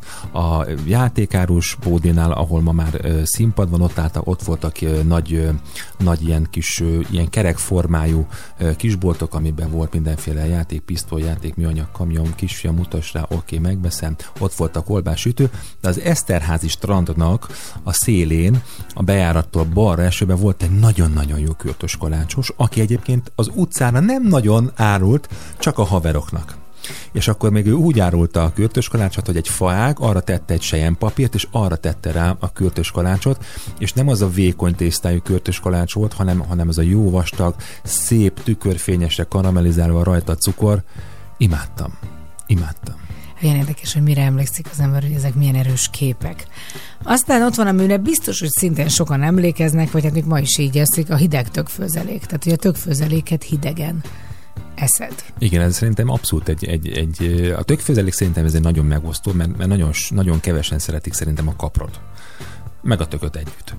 A játékárus Bódénál, ahol ma már ö, színpad van, ott, álltak, ott voltak ö, nagy, ö, nagy ilyen kis, ö, ilyen kerekformájú ö, kisboltok, amiben volt mindenféle játék, pisztoly, játék, műanyag, kamion, kisfiam, mutas rá, oké, okay, megveszem. Ott voltak kolbássütő, de az Eszterházi strandnak a szélén, a bejárattól balra esőben volt egy nagyon-nagyon jó kürtös kalácsos, aki egyébként az utcára nem nagyon árult, csak a haveroknak. És akkor még ő úgy árulta a kürtös kalácsot, hogy egy faág, arra tette egy selyempapírt, és arra tette rá a kürtös kalácsot, és nem az a vékony tésztájú kürtös kalács volt, hanem, hanem az a jó vastag, szép, tükörfényesre karamellizálva rajta cukor. Imádtam. Imádtam. Ilyen érdekes, hogy mire emlékszik az ember, hogy ezek milyen erős képek. Aztán ott van, amire biztos, hogy szintén sokan emlékeznek, vagy hát még ma is így eszik, a hideg tökfőzelék. Tehát, hogy a tökfőzeléket hidegen eszed. Igen, ez szerintem abszolút egy, egy, egy a tökfőzelék szerintem ez egy nagyon megosztó, mert, mert nagyon, nagyon kevesen szeretik szerintem a kaprot. Meg a tököt együtt.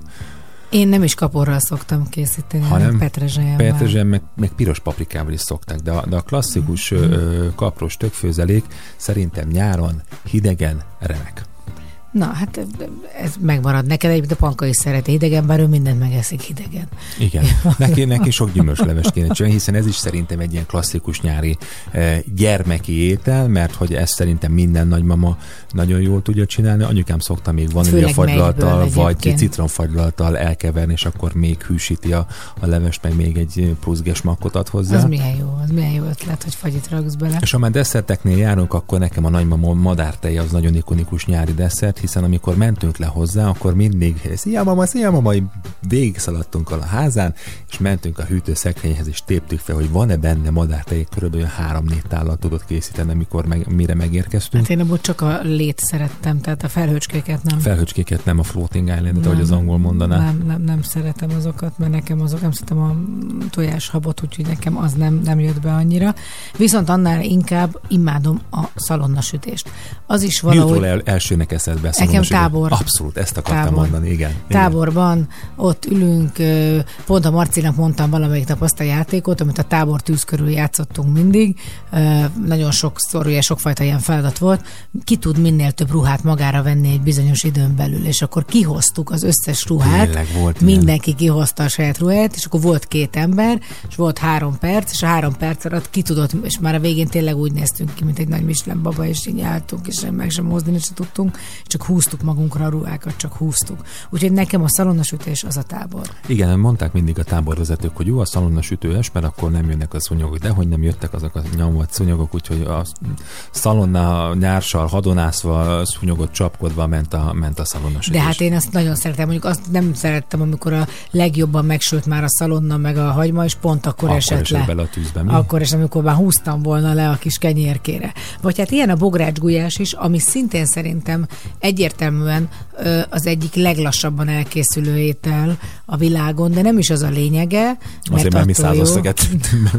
Én nem is kaporral szoktam készíteni, hanem petrezselyemmel. Petrezselyem, meg, meg piros paprikával is szokták, de a, de a klasszikus mm. ö, kapros tökfőzelék szerintem nyáron hidegen remek. Na, hát ez megmarad neked, egyébként a Panka is szereti hidegen, bár ő mindent megeszik hidegen. Igen, neki, neki sok gyümölcslevest kéne csinálni, hiszen ez is szerintem egy ilyen klasszikus nyári e, gyermeki étel, mert hogy ezt szerintem minden nagymama nagyon jól tudja csinálni. Anyukám szokta még vaníliafagylalt, vagy citromfagylalttal elkeverni, és akkor még hűsíti a, a levest, meg még egy plusz gesmakkot ad hozzá. Az milyen jó, az milyen jó ötlet, hogy fagyit raksz bele. És ha már desszerteknél járunk, akkor nekem a nagymama madártej az nagyon ikonikus nyári desszert, hiszen amikor mentünk le hozzá, akkor mindig szia mama, szia mama, végig szaladtunk a házán, és mentünk a hűtőszekrényhez, és téptük fel, hogy van-e benne madártej, körülbelül három-négy tállal tudott készíteni, amikor meg, mire megérkeztünk. Hát én abból csak a lét szerettem, tehát a felhőcskéket nem. Felhőcskéket nem, a floating islandet, ahogy az angol mondaná. Nem, nem, nem szeretem azokat, mert nekem azok, nem szeretem a tojáshabot, úgyhogy nekem az nem, nem jött be annyira. Viszont annál inkább imádom a szalonnasütést. Az is valahogy... Mi el, elsőnek eszedbe? Nekem tábor. Abszolút, ezt akartam tábor. mondani, igen. Táborban, ott ülünk, pont a Marcinak mondtam valamelyik nap azt a játékot, amit a tábor tűz körül játszottunk mindig. Nagyon sokszor, ugye sokfajta ilyen feladat volt. Ki tud minél több ruhát magára venni egy bizonyos időn belül, és akkor kihoztuk az összes ruhát. Tényleg volt mindenki ilyen. Kihozta a saját ruháját, és akkor volt két ember, és volt három perc, és a három perc alatt ki tudott, és már a végén tényleg úgy néztünk ki, mint egy nagy Michelin baba, és így álltunk, és meg sem mozdulni se tudtunk, csak húztuk magunkra a ruhákat, csak húztuk. Úgyhogy nekem a szalonnasütés az a tábor. Igen, mondták mindig a táborvezetők, hogy jó a szalonnasütőes, mert akkor nem jönnek a szúnyogok, de hogy nem jöttek azok a nyomott szúnyogok, úgyhogy a szalonna nyársal, hadonászva, szúnyogot csapkodva ment a, ment a szalonnasütés. De hát én azt nagyon szeretem, mondjuk azt nem szerettem, amikor a legjobban megsült már a szalonna, meg a hagyma, és pont akkor, akkor esett le. Bele a tűzbe, mi? Akkor, és amikor már húztam volna le a kis kenyérkére. Vagy hát ilyen a bográcsgulyás is, ami szintén szerintem egyértelműen ö, az egyik leglassabban elkészülő étel a világon, de nem is az a lényege, mert azért már mi attól jó. százaszöget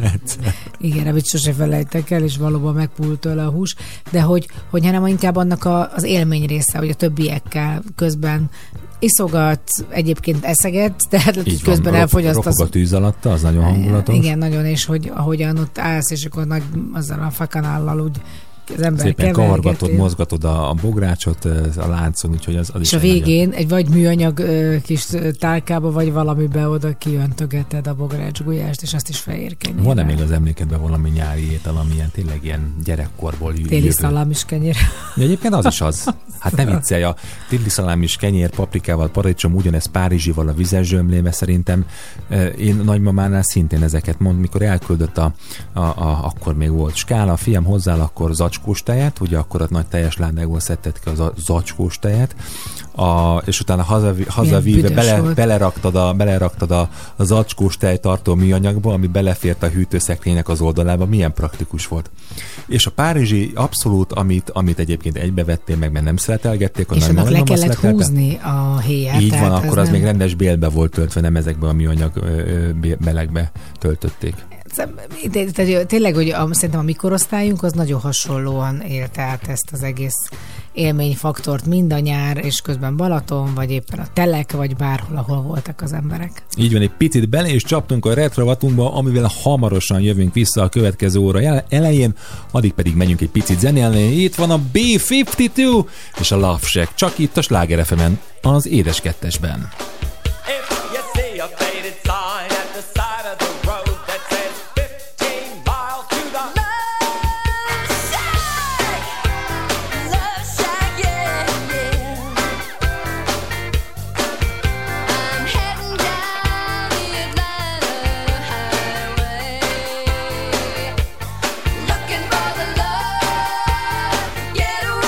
Igen, amit sose felejtek el, és valóban megpult tőle a hús, de hogy, hogy hanem inkább annak a, az élmény része, hogy a többiekkel közben iszogat, egyébként eszeget, tehát így közben van, elfogyaszt. Ropog a tűz alatta, az nagyon hangulatos. Igen, nagyon, és hogy ahogyan ott állsz, és akkor nagy, azzal a fakanállal úgy az ember szépen kavargatod, mozgatod a, a bográcsot a láncon, úgyhogy az, az és is a végén nagyon... egy vagy műanyag kis tálkába, vagy valamibe oda kijöntögeted a bográcsgulyást, és azt is fehérkenyérrel. Van-e még az emlékedben valami nyári étel, ami ilyen, tényleg ilyen gyerekkorból jövő? Téli szalámis kenyér. Ja, egyébként az is az. Hát nem viccelj, a téli szalámis kenyér, paprikával, paradicsom, ugyanez párizsival, a vizes zsömléve szerintem. Én nagymamánál szintén ezeket mond, mikor elküldött a, a, a akkor még volt skála, a fiam hozzá, akkor zacskós tejet, ugye akkor a nagy teljes ládából szedted ki az zacskós tejet, a, és utána hazavi, hazavíve bele, beleraktad, a, beleraktad a, a zacskós tejtartó műanyagba, ami belefért a hűtőszekrénynek az oldalába, milyen praktikus volt. És a párizsi abszolút, amit, amit egyébként egybevettél meg, mert nem szeretelgették. És annak le kellett húzni a héját. Így van, akkor az nem... még rendes bélbe volt töltve, nem ezekbe a műanyag ö, ö, belegbe töltötték. Tényleg, hogy a, szerintem a mi korosztályunk az nagyon hasonlóan élte át ezt az egész élményfaktort, mind a nyár, és közben Balaton, vagy éppen a telek, vagy bárhol, ahol voltak az emberek. Így van, egy picit bele is csaptunk a retrovatunkba, amivel hamarosan jövünk vissza a következő óra elején, addig pedig menjünk egy picit zenélni. Itt van a bé ötvenkettő és a Love Shack, csak itt a Sláger ef emen, az Édes Kettesben.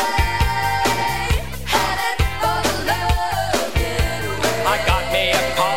I got me a car.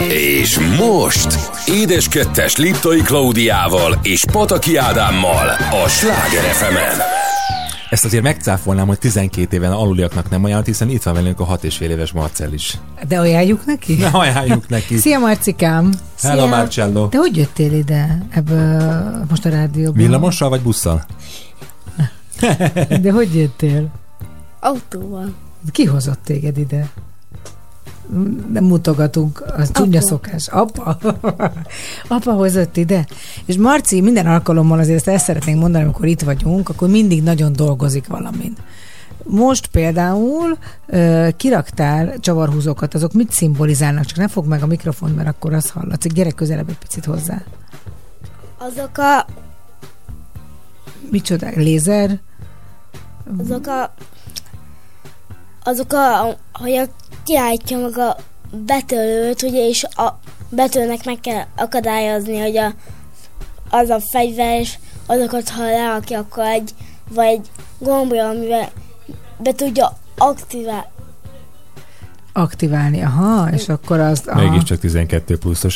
És most Édes Kettes Liptai Klaudiával és Pataki Ádámmal a Sláger ef emen. Ezt azért megcáfolnám, hogy tizenkét éven aluliaknak nem ajánlott, hiszen itt van velünk a hat és fél éves Marcell is. De ajánljuk neki? Ne ajánljuk neki. Szia, Marcikám! Hello, Szia. Marcello! Te hogy jöttél ide ebből most a rádióban? Villamossal vagy busszal? De hogy jöttél? Autóval. Ki hozott téged ide? Nem mutogatunk, az csúnya szokás. Apa? Apa hozott ide? És Marci minden alkalommal azért ezt el szeretnénk mondani, amikor itt vagyunk, akkor mindig nagyon dolgozik valamin. Most például uh, kiraktál csavarhúzókat, azok mit szimbolizálnak? Csak ne fogd meg a mikrofon, mert akkor az hallatszik. Gyere közelebb egy picit hozzá. Azok a... Micsoda? Lézer? Azok a... Azok a... Hogy a kiállítja meg a betörőt, ugye, és a betörőnek meg kell akadályozni, hogy a, az a fegyver, és azokat, ha lerakja, akkor egy, vagy egy gombra, amivel be tudja aktiválni. Aktiválni, aha, és akkor az... Mégiscsak tizenkettő pluszos.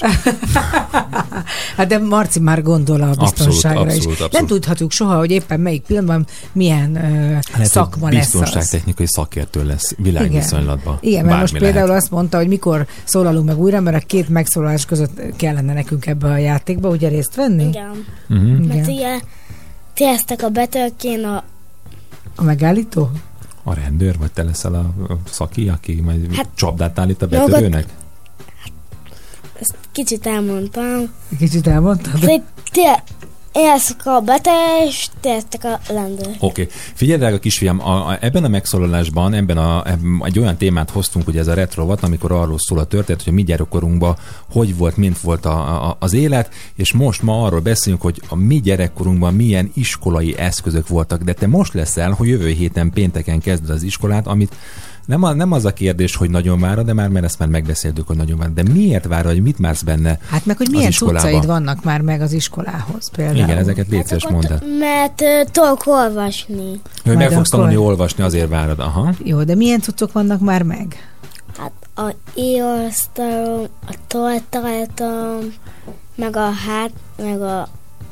Hát de Marci már gondol a biztonságra abszolút, is. abszolút, abszolút. Nem tudhatjuk soha, hogy éppen melyik pillanatban milyen uh, hát, szakma lesz az. Biztonságtechnikai szakértő lesz világviszonylatban. Igen, mert most lehet. Például azt mondta, hogy mikor szólalunk meg újra, mert a két megszólalás között kellene nekünk ebbe a játékba, ugye részt venni? Igen. Uh-huh. Mert ugye ti eztek a betörkén a... A megállító? A rendőr, vagy te leszel a szaki, aki majd Hát, csapdát állít a betörőnek? Ezt kicsit elmondtam. Kicsit elmondtad? Ti, ti eztek a betör, és ti eztek a rendőr. Oké. Okay. Figyelj, drága kisfiam, a, a, ebben a megszólalásban ebben a, ebben egy olyan témát hoztunk, ugye ez a retrovat, amikor arról szól a történet, hogy a mi gyerekkorunkban hogy volt, mint volt a, a, az élet, és most ma arról beszélünk, hogy a mi gyerekkorunkban milyen iskolai eszközök voltak, de te most leszel, hogy jövő héten pénteken kezded az iskolát, amit Nem, a, nem az a kérdés, hogy nagyon várod, de már mert ezt már megbeszéltük, hogy nagyon várod. De miért várod, hogy mit mársz benne? Hát meg, hogy milyen cuccaid vannak már meg az iskolához például. Igen, ezeket légy szíves mondd el. Mert uh, tudok olvasni. Hogy meg fogsz akkor... tanulni olvasni, azért várod. Aha. Jó, de milyen cuccok vannak már meg? Hát a íróasztalom, a toltartom, meg a hát, meg a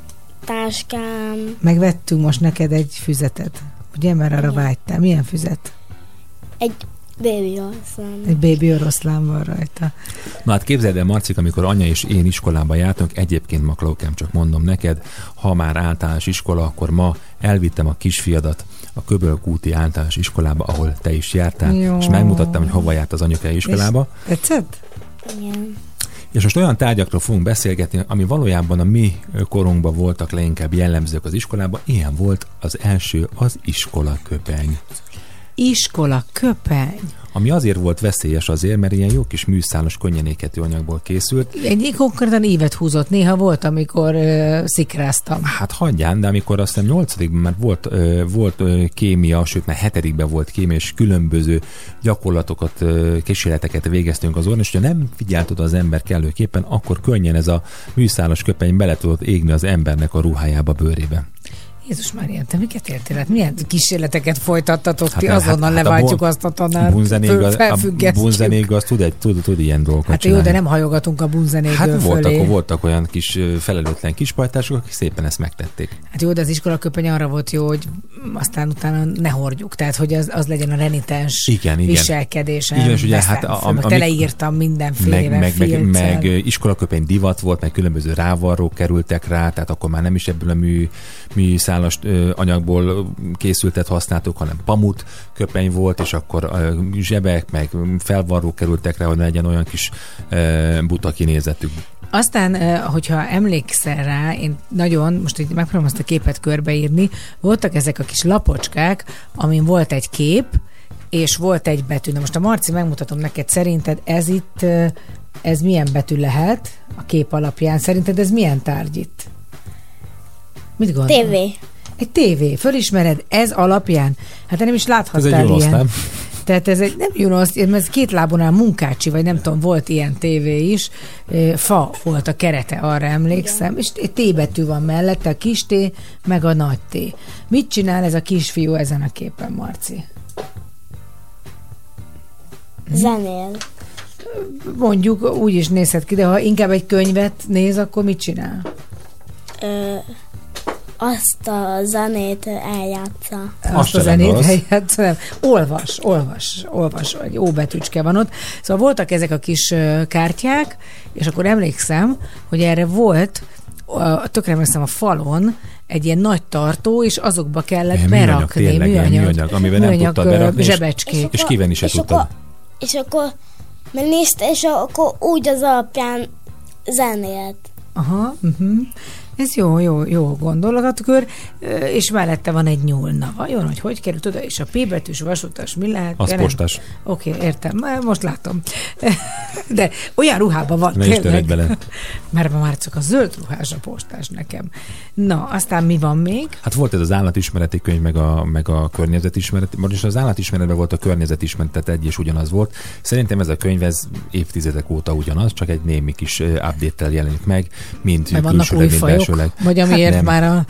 táskám. Megvettünk most neked egy füzetet. Ugye, mert arra vágytál. Milyen füzet? Egy bébi oroszlán. Egy bébi oroszlán van rajta. Na hát képzeld el, Marcik, amikor anya és én iskolába jártunk, egyébként Maklaukám, csak mondom neked, ha már általános iskola, akkor ma elvittem a kisfiadat a Köbölkúti általános iskolába, ahol te is jártál, jó. És megmutattam, hogy hova járt az anyukai iskolába. És tetszett? Igen. És most olyan tárgyakról fogunk beszélgetni, ami valójában a mi korunkban voltak leginkább jellemzők az iskolában. Ilyen volt az első, az iskola köpeny. Iskola köpeny. Ami azért volt veszélyes azért, mert ilyen jó kis műszálas, könnyen égető anyagból készült. Egy konkrétan évet húzott. Néha volt, amikor uh, szikráztam. Hát hagyján, de amikor azt hiszem nyolcadikban már volt, uh, volt uh, kémia, sőt már hetedikben volt kémia, és különböző gyakorlatokat, uh, kísérleteket végeztünk az orron, és ha nem figyelt oda az ember kellőképpen, akkor könnyen ez a műszálas köpeny bele tudott égni az embernek a ruhájába, bőrébe. Jézus Mária, te miket értél? Hát milyen kísérleteket folytattatok hát, ti? Hát, azonnal hát, leváltjuk a azt a tanárt. A bunzenég az tud, egy, tud, tud ilyen dolgokat Hát csinálni. jó, de nem hajogatunk a bunzenégről hát fölé. voltak, voltak olyan kis felelőtlen kispajtások, akik szépen ezt megtették. Hát jó, de az iskolaköpeny arra volt jó, hogy aztán utána ne hordjuk. Tehát, hogy az, az legyen a renitens igen, igen. viselkedésem. Igen, és ugye hát a, a, meg teleírtam mindenféle meg, meg, meg, meg iskolaköpeny divat volt, meg különböző rávarrók kerültek rá, tehát akkor már nem is ebből a mű, műszálas anyagból készültet használtuk, hanem pamut köpeny volt, és akkor zsebek, meg felvarrók kerültek rá, hogy ne legyen olyan kis buta kinézetük. Aztán, hogyha emlékszel rá, én nagyon, most így megpróbálom azt a képet körbeírni, voltak ezek a kis lapocskák, amin volt egy kép, és volt egy betű. Na most a Marci, megmutatom neked, szerinted ez itt, ez milyen betű lehet a kép alapján? Szerinted ez milyen tárgy itt? Mit gondolod? Tévé. Egy tévé. Fölismered ez alapján? Hát te nem is láthattál ez egy ilyen. nem? Tehát ez egy, nem Junosz, ez két lábon áll Munkácsi, vagy nem tudom, volt ilyen tévé is. Fa volt a kerete, arra emlékszem, igen. És egy T betű van mellette, a kis T, meg a nagy T. Mit csinál ez a kisfiú ezen a képen, Marci? Zenél. mondjuk úgy is nézhet ki, de ha inkább egy könyvet néz, akkor mit csinál? Ö, azt a zenét eljátsza. Azt, azt a zenét eljátsza, nem. Olvas, olvas, olvas, egy óbetűcske van ott. Szóval voltak ezek a kis kártyák, és akkor emlékszem, hogy erre volt, tökre emlékszem a falon, egy ilyen nagy tartó, és azokba kellett műanyag, berakni. Tényleg, műanyag, műanyag, amiben műanyag, nem tudtad berakni, zsebecskék. És, és kivenni se és tudtad. Akkor, és akkor megnézte, és akkor úgy az alapján zenélt. Aha, uh-huh. Ez jó, jó, jó gondolatkör, és mellette van egy nyúl. Na, vajon, hogy hogy került oda, és a P betűs vasutas mi lehet? Az postás. Oké, okay, értem, most látom. De olyan ruhában van, ne tényleg. Bele. Mert ma már csak a zöld ruhás a postás nekem. Na, aztán mi van még? Hát volt ez az állatismereti könyv, meg a, meg a környezetismereti. Most az állatismeretben volt a környezetismeret, tehát egy és ugyanaz volt. Szerintem ez a könyv ez évtizedek óta ugyanaz, csak egy némi kis update-tel jelenik meg, mint külsőleg, mint belsőleg. Vagy amiért hát már a,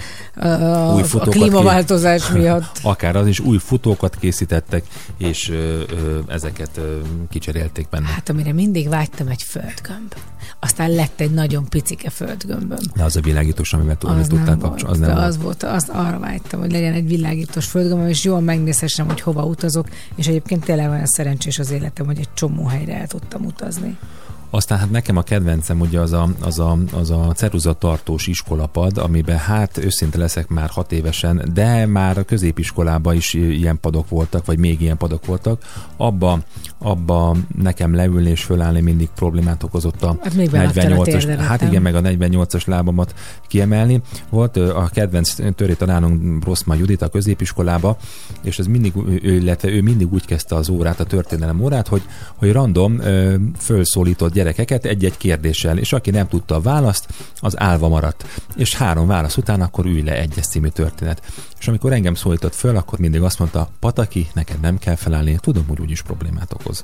a, a klímaváltozás ki... miatt. Akár az is, új futókat készítettek, és ö, ö, ezeket ö, kicserélték benne. Hát amire mindig vágytam, egy földgömb. Aztán lett egy nagyon picike földgömböm. De az a világítós, amivel tudtál kapcsolni. Az nem az volt. Azt arra vágytam, hogy legyen egy világítós földgömböm, és jól megnézhessem, hogy hova utazok, és egyébként tényleg olyan szerencsés az életem, hogy egy csomó helyre el tudtam utazni. Aztán hát nekem a kedvencem ugye az a, az a, az a ceruzatartós iskolapad, amiben hát őszinte leszek már hat évesen, de már a középiskolában is ilyen padok voltak, vagy még ilyen padok voltak. Abba, abba nekem leülni és fölállni mindig problémát okozott a hát negyvennyolcas. Hát igen, meg a negyvennyolcas lábamat kiemelni. Volt a kedvenc töri tanárunk Rosszman Judit a középiskolába, és ez mindig, ő, illetve ő mindig úgy kezdte az órát, a történelem órát, hogy, hogy random fölszólított gyerekeket egy-egy kérdéssel, és aki nem tudta a választ, az állva maradt. És három válasz után akkor ülj le egyes című történet. És amikor engem szólított föl, akkor mindig azt mondta, Pataki, neked nem kell felállni, tudom, hogy úgyis problémát okoz.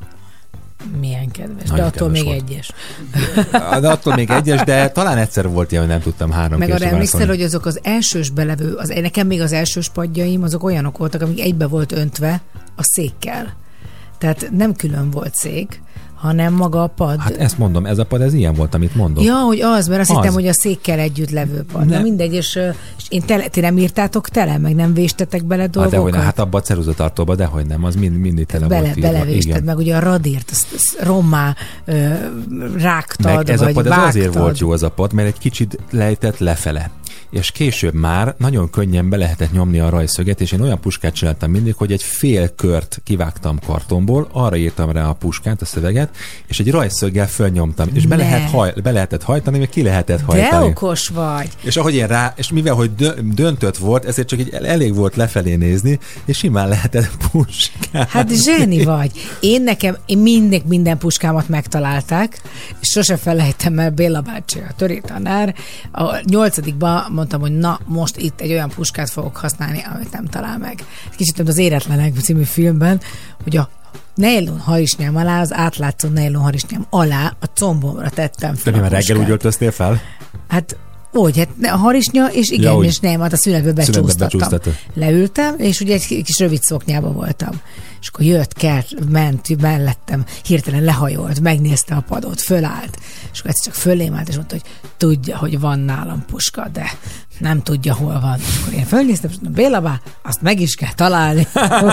Milyen kedves, nagyon de attól kedves még volt. Egyes. De attól még egyes, de talán egyszer volt ilyen, hogy nem tudtam három meg arra emlékszel, hogy azok az elsős belevő, az, nekem még az elsős padjaim, azok olyanok voltak, amik egybe volt öntve a székkel. Tehát nem külön volt szék, hanem maga a pad. Hát ezt mondom, ez a pad, ez ilyen volt, amit mondok. Ja, hogy az, mert azt az. hittem, hogy a székkel együtt levő pad. Na mindegy, és, és én tele, ti nem írtátok tele, meg nem véstetek bele dolgokat? Hát, dehogy, hát abba a ceruzatartóba, dehogy nem, az mind, mindig tele bele, volt írva. Belevésted, igen. Meg ugye a radírt, azt, azt rommá ö, rágtad, meg ez vagy a pad, ez vágtad. Azért volt jó az a pad, mert egy kicsit lejtett lefele. És később már nagyon könnyen be lehetett nyomni a rajszöget, és én olyan puskát csináltam mindig, hogy egy fél kört kivágtam kartonból, arra írtam rá a puskát, a szöveget, és egy rajszöggel fölnyomtam, és be, lehet haj, be lehetett hajtani, meg ki lehetett hajtani. De okos vagy! És ahogy én rá, és mivel, hogy döntött volt, ezért csak egy elég volt lefelé nézni, és simán lehetett puskát. Hát zseni vagy! Én nekem, én mindig minden puskámat megtalálták, és sose felejtem el Béla bácsi, a törétanár, a nyolcadikban mondtam, hogy na, most itt egy olyan puskát fogok használni, amit nem talál meg. Kicsit mint az Éretlenek című filmben, hogy a nejlon harisnyám alá, az átlátszó nejlon harisnyám alá a combomra tettem fel. De mi már reggel úgy öltöztél fel? Hát úgy, hát a harisnya, és igen, ja, és nem, hát a szünetbe becsúsztattam. Leültem, és ugye egy kis rövid szoknyába voltam. És akkor jött, kert, ment mellettem, hirtelen lehajolt, megnézte a padot, fölállt, és akkor egyszer csak fölém állt, és mondta, hogy tudja, hogy van nálam puska, de nem tudja, hol van. És akkor én fölnéztem, és mondtam, Béla bá, azt meg is kell találni.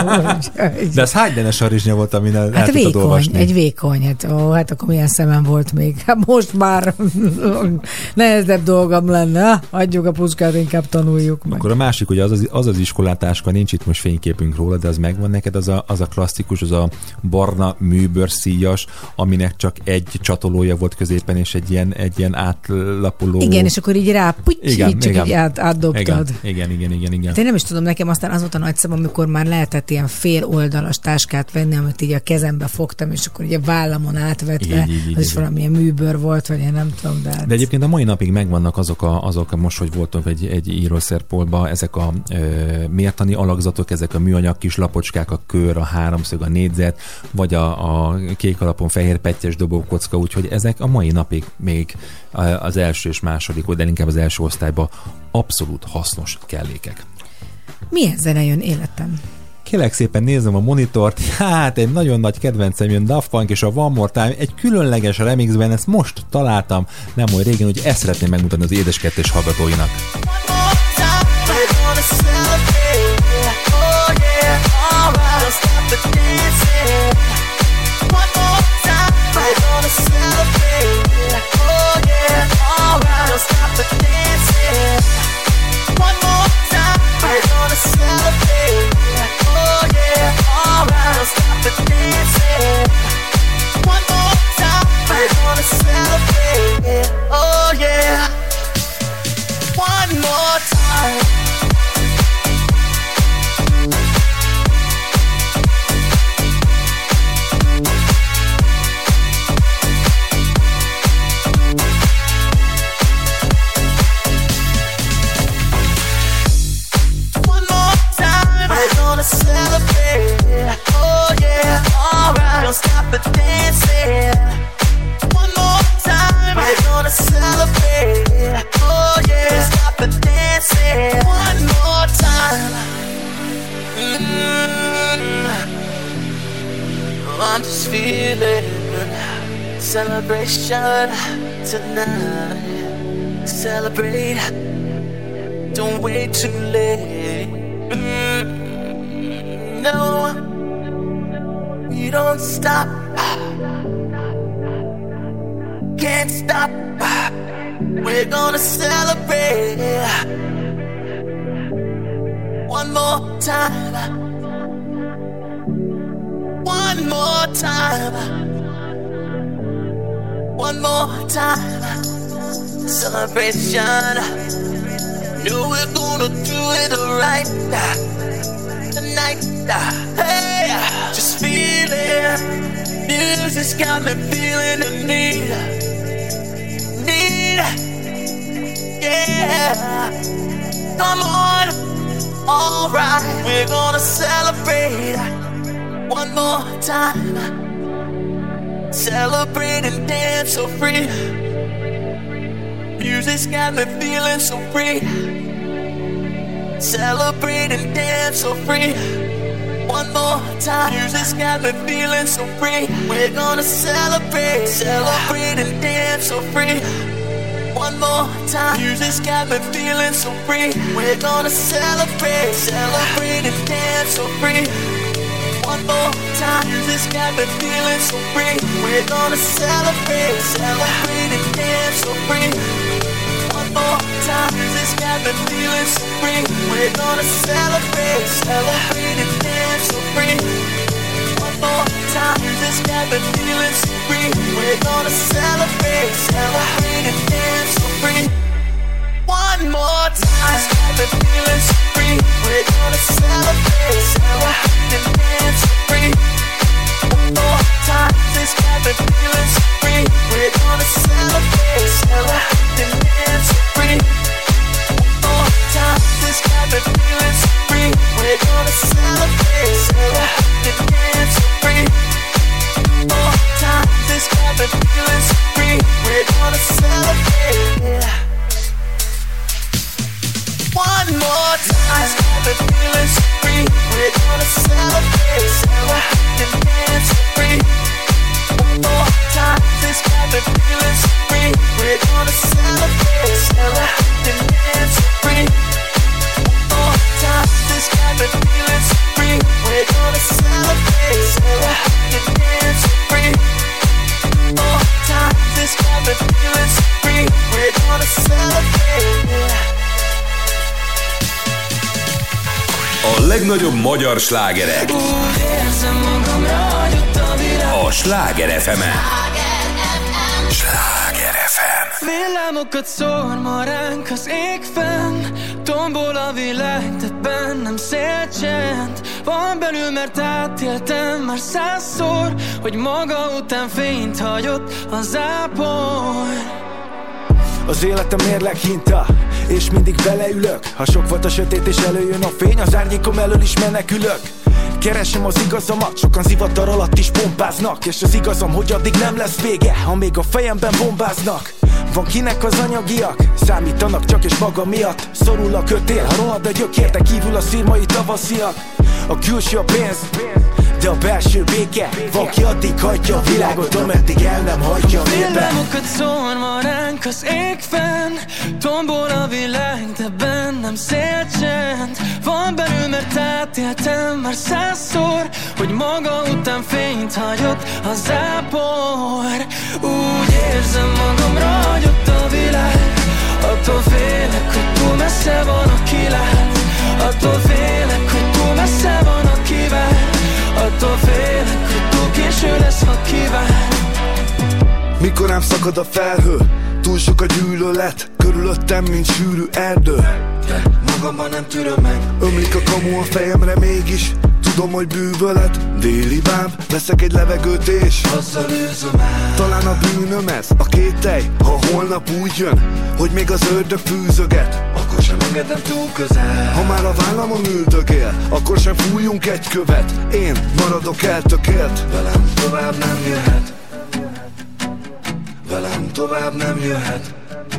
De ez hány denes harisnya volt, amin el, hát el vékony, tudtad olvasni? Egy vékony, hát, ó, hát akkor milyen szemem volt még. Hát most már nehezebb dolgom lenne, adjuk a puskát, inkább tanuljuk meg. Akkor a másik, hogy az az, az, az iskolátáska, nincs itt most fényképünk róla, de az megvan neked, az a, az a klasszikus, az a barna műbőrszíjas, aminek csak egy csatolója volt középen, és egy ilyen, egy ilyen átlapuló... Igen, és akkor így rá, puty, igen, így csak igen. így át, átdobtad. Igen, igen, igen, igen. Hát én nem is tudom, nekem aztán az volt a nagy szem, amikor már lehetett ilyen fél oldalas táskát venni, amit így a kezembe fogtam, és akkor így a vállamon átvetve, így, így, így, az is valamilyen műbőr volt, vagy én nem tudom, de... De egyébként a mai napig megvannak azok a, azok a most, hogy voltunk egy, egy írószerpoltban, ezek a e, mértani alakzatok, ezek a műanyag kis lapocskák, a kör, a háromszög, a négyzet, vagy a, a kék alapon fehér pettyes dobókocka, úgyhogy ezek a mai napig még az első és második, de inkább az első osztályban abszolút hasznos kellékek. Milyen zene jön életem? Kérlek szépen nézem a monitort, hát egy nagyon nagy kedvencem jön, Daft Punk és a One More Time, egy különleges remixben, ezt most találtam, nem olyan régen, hogy ezt szeretném megmutatni az Édes Kettes hallgatóinak. Oh yeah, one more time. One more time, we're gonna celebrate. Oh yeah, alright, don't stop the dancing. One more time, we're gonna celebrate. Oh yeah, stop the dancing. One more time. Mm-hmm. I'm just feeling celebration tonight. Celebrate, don't wait too late. Mm-hmm. No, we don't stop. Can't stop. We're gonna celebrate. One more time. One more time. One more time. Celebration. Know we're gonna do it right tonight. Hey, just feel it. Music's got me feeling the need. Yeah, come on, alright, we're gonna celebrate one more time. Celebrate and dance so free. Music's got me feeling so free. Celebrate and dance so free. One more time. Music's got me feeling so free. We're gonna celebrate, celebrate and dance so free. One more time. Music's got me feeling so free. We're gonna celebrate, celebrate and dance so free. One more time. Music's got me feeling so free. We're gonna celebrate, celebrate and dance so free. One more time. Music's got me feeling so free. We're gonna celebrate, celebrate and dance so free. One more time. Music's got me feeling so free. We're gonna celebrate, celebrate and dance so free. One more time. Music's got me feeling so free. We're gonna celebrate, celebrate and dance so free. One more time. Music's got me feeling so free. We're gonna celebrate, celebrate and dance so free. One more time. Music's got me feeling so free. We're gonna celebrate, celebrate and dance so free. One more time. Music's got me feeling so free. We're gonna celebrate. One more time. Music's got me feeling so free. We're gonna celebrate, celebrate and dance so free. One more time. Music's got me feeling so free. We're gonna celebrate, celebrate and dance so free. One more time. Music's got me feeling so free. We're gonna celebrate, celebrate and dance so free. One more time. Music's got me feeling so free. We're gonna celebrate. A legnagyobb magyar slágerek a Sláger ef emen. Sláger ef em. Villámokat szórd ma ránk az ég fenn, tombol a világ, de bennem szélcsend. Van belül, mert átéltem már százszor, hogy maga után fényt hagyott a zápor. Az életem mérleg hinta, és mindig beleülök. Ha sok volt a sötét és előjön a fény, az árnyékom elől is menekülök. Keresem az igazamat, sokan zivatar alatt is pompáznak, és az igazam, hogy addig nem lesz vége, ha még a fejemben bombáznak. Van kinek az anyagiak, számítanak csak és maga miatt. Szorul a kötél, ha rohad a gyökér, de kívül a szirmai tavasziak. A külső a pénz, de a belső béke. Van ki addig hagyja a világot, ameddig el nem hagyja a népet. Villamokat szórva ránk az ég fenn, tombol a világ, de bennem szélcsend. Van belül, mert átéltem már százszor, hogy maga után fényt hagyott a zápor. Úgy érzem magam, ragyott a világ. Attól félek, hogy túl messze van, aki lát. Attól félek, hogy túl messze van, aki vár. Attól félek, hogy túl késő lesz, ha kivár. Mikor rám szakad a felhő, túl sok a gyűlölet, körülöttem, mint sűrű erdő, de magamban nem tűröm meg. Ömlik a kamu a fejemre mégis, tudom, hogy bűvölet. Déli báb, veszek egy levegőt és azzal őzöm el. Talán a bűnöm ez, a kételj, ha holnap úgy jön, hogy még az ördög fűzöget, akkor sem engedem túl közel. Ha már a vállamon üldögél, akkor sem fújjunk egy követ. Én maradok eltökélt, velem tovább nem jöhet. Velem tovább nem jöhet.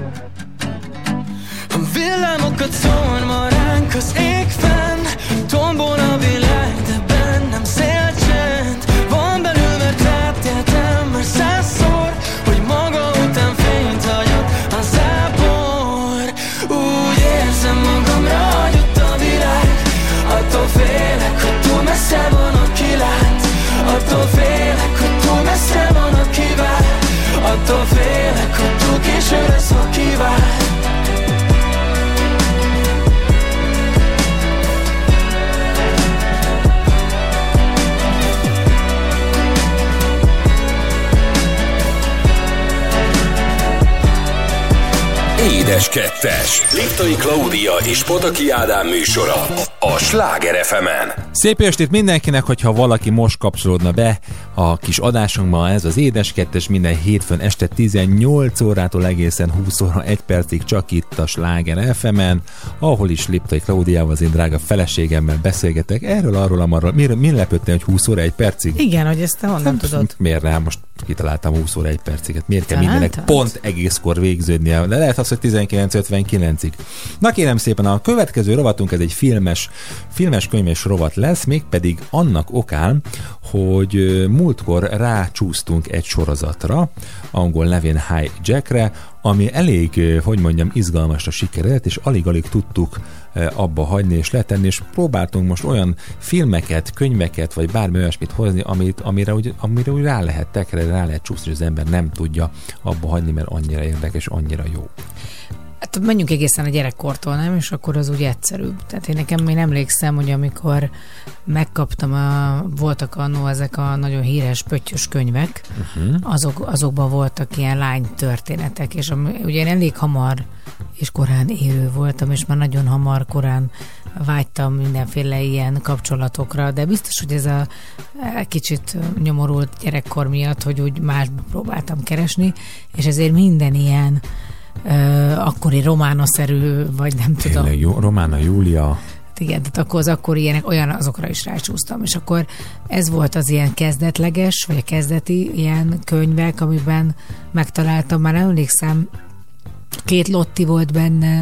A villámokat szórva ránk az ég fenn, tombol a világ, de bennem szélcsend. Van belül, mert átéltem már százszor, hogy maga után fényt hagyott a zápor. Úgy érzem magam, ragyott a világ. Attól félek, hogy túl messze van, aki lát. Attól félek, hogy túl messze van, aki vár. Attól félek, hogy túl késő lesz, ha kivár. Édes Kettes. Liptai Klaudia és Pataki Ádám műsora a Sláger ef emen. Szép estét mindenkinek, hogyha valaki most kapcsolódna be a kis adásunkban, ez az Édes Kettes minden hétfőn este tizennyolc órától egészen húsz óra egy percig csak itt a Sláger ef emen, ahol is Liptai Klaudiával, az én drága feleségemmel beszélgetek erről, arról, amarról. Miért, miért lepődtél, hogy húsz óra egy percig? Igen, hogy ezt te honnan tudod? Miért nem? Most kitaláltam húsz óra egy percig. Miért kell mindenek pont egészkor végződnie? De lehet az, hogy tizenkilenc ötvenkilencig. Na kérem szépen, a következő rovatunk ez egy filmes, filmes könyves rovat lesz, mégpedig annak okán, hogy múltkor rácsúsztunk egy sorozatra, angol nevén Hijackre, ami elég, hogy mondjam, izgalmasra sikeredett, és alig-alig tudtuk abba hagyni és letenni, és próbáltunk most olyan filmeket, könyveket, vagy bármi olyasmit hozni, amit, amire, úgy, amire úgy rá lehet tekre, rá lehet csúszni, hogy az ember nem tudja abba hagyni, mert annyira érdekes, annyira jó. Hát menjünk egészen a gyerekkortól, nem? És akkor az úgy egyszerűbb. Tehát én nekem én emlékszem, hogy amikor megkaptam, a, voltak annó ezek a nagyon híres pöttyös könyvek, uh-huh. azok, azokban voltak ilyen lánytörténetek, és ami, ugye én elég hamar és korán érő voltam, és már nagyon hamar korán vágytam mindenféle ilyen kapcsolatokra, de biztos, hogy ez a kicsit nyomorult gyerekkor miatt, hogy úgy másba próbáltam keresni, és ezért minden ilyen Uh, akkori románaszerű, vagy nem tudom. Tényleg, jó, Romána Júlia. Igen, tehát akkor az akkor ilyenek, olyan azokra is rácsúsztam, és akkor ez volt az ilyen kezdetleges, vagy a kezdeti ilyen könyvek, amiben megtaláltam, már emlékszem, két Lotti volt benne,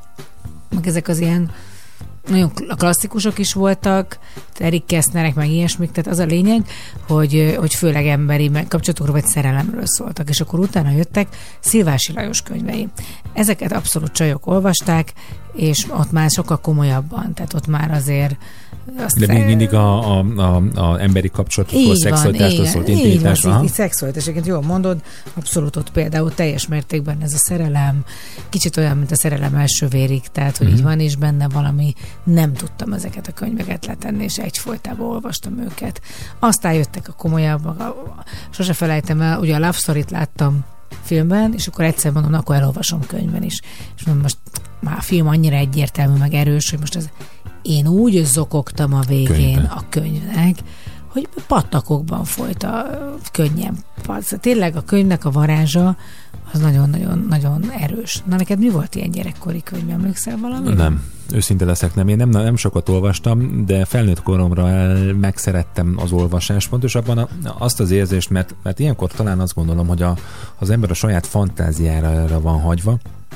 meg ezek az ilyen nagyon klasszikusok is voltak, Erik Kästnerek, meg ilyesmik, tehát az a lényeg, hogy, hogy főleg emberi kapcsolatokról vagy szerelemről szóltak, és akkor utána jöttek Szilvási Lajos könyvei. Ezeket abszolút csajok olvasták, és ott már sokkal komolyabban, tehát ott már azért de még mindig a, a, a, a emberi kapcsolatokról, szexualitástól szólt intimitásról. Így van, szexualitásként jól mondod, abszolút ott például teljes mértékben ez a szerelem, kicsit olyan, mint a szerelem első vérig, tehát hogy mm-hmm. így van, és benne valami, nem tudtam ezeket a könyveket letenni, és egyfolytában olvastam őket. Aztán jöttek a komolyabbak, sose felejtem el, ugye a Love Story-t láttam filmben, és akkor egyszer mondom, na, akkor elolvasom könyvben is. És mondom, most már a film annyira egyértelmű, meg erős, hogy most az én úgy zokogtam a végén Könyve. a könyvnek, hogy patakokban folyt a könnyen. Tényleg a könyvnek a varázsa az nagyon-nagyon erős. Na neked mi volt ilyen gyerekkori könyv? Emlékszel valami? Nem. Őszinte leszek, nem. Én nem, nem sokat olvastam, de felnőtt koromra megszerettem az olvasást. Pontosabban azt az érzést, mert, mert ilyenkor talán azt gondolom, hogy a, az ember a saját fantáziára van hagyva.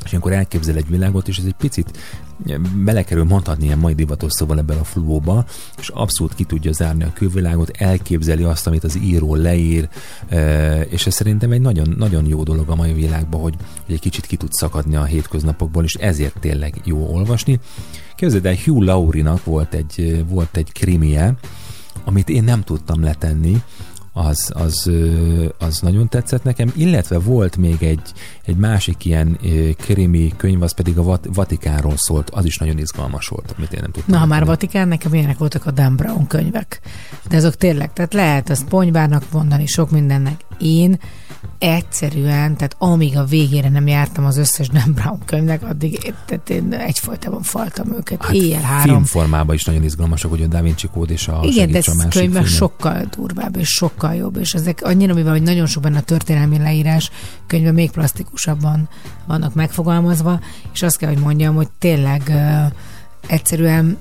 és amikor elképzel egy világot, és ez egy picit belekerül mondhatni ilyen mai divatos szóval ebben a flóba, és abszolút ki tudja zárni a külvilágot, elképzeli azt, amit az író leír, és ez szerintem egy nagyon, nagyon jó dolog a mai világban, hogy, hogy egy kicsit ki tud szakadni a hétköznapokból, és ezért tényleg jó olvasni. Képzeld el, Hugh Laurie-nak volt egy, volt egy krimie, amit én nem tudtam letenni, az, az, az nagyon tetszett nekem, illetve volt még egy, egy másik ilyen krimi könyv, az pedig a Vatikánról szólt, az is nagyon izgalmas volt, amit én nem tudtam. Na, ha már Vatikán, nekem ilyenek voltak a Dan Brown könyvek. De azok tényleg, tehát lehet azt ponyvárnak mondani sok mindennek. Én egyszerűen, tehát amíg a végére nem jártam az összes Dan Brown könyvnek, addig tehát én egyfolytában faltam őket. Hát éjjel három. Filmformában is nagyon izgalmasak, hogy a Da Vinci Kód és a igen, de ez könyvben sokkal durvább és sokkal jobb, és ezek annyira, mivel hogy nagyon sok benne a történelmi leírás, könyvben még plastikusabban vannak megfogalmazva, és azt kell, hogy mondjam, hogy tényleg uh, egyszerűen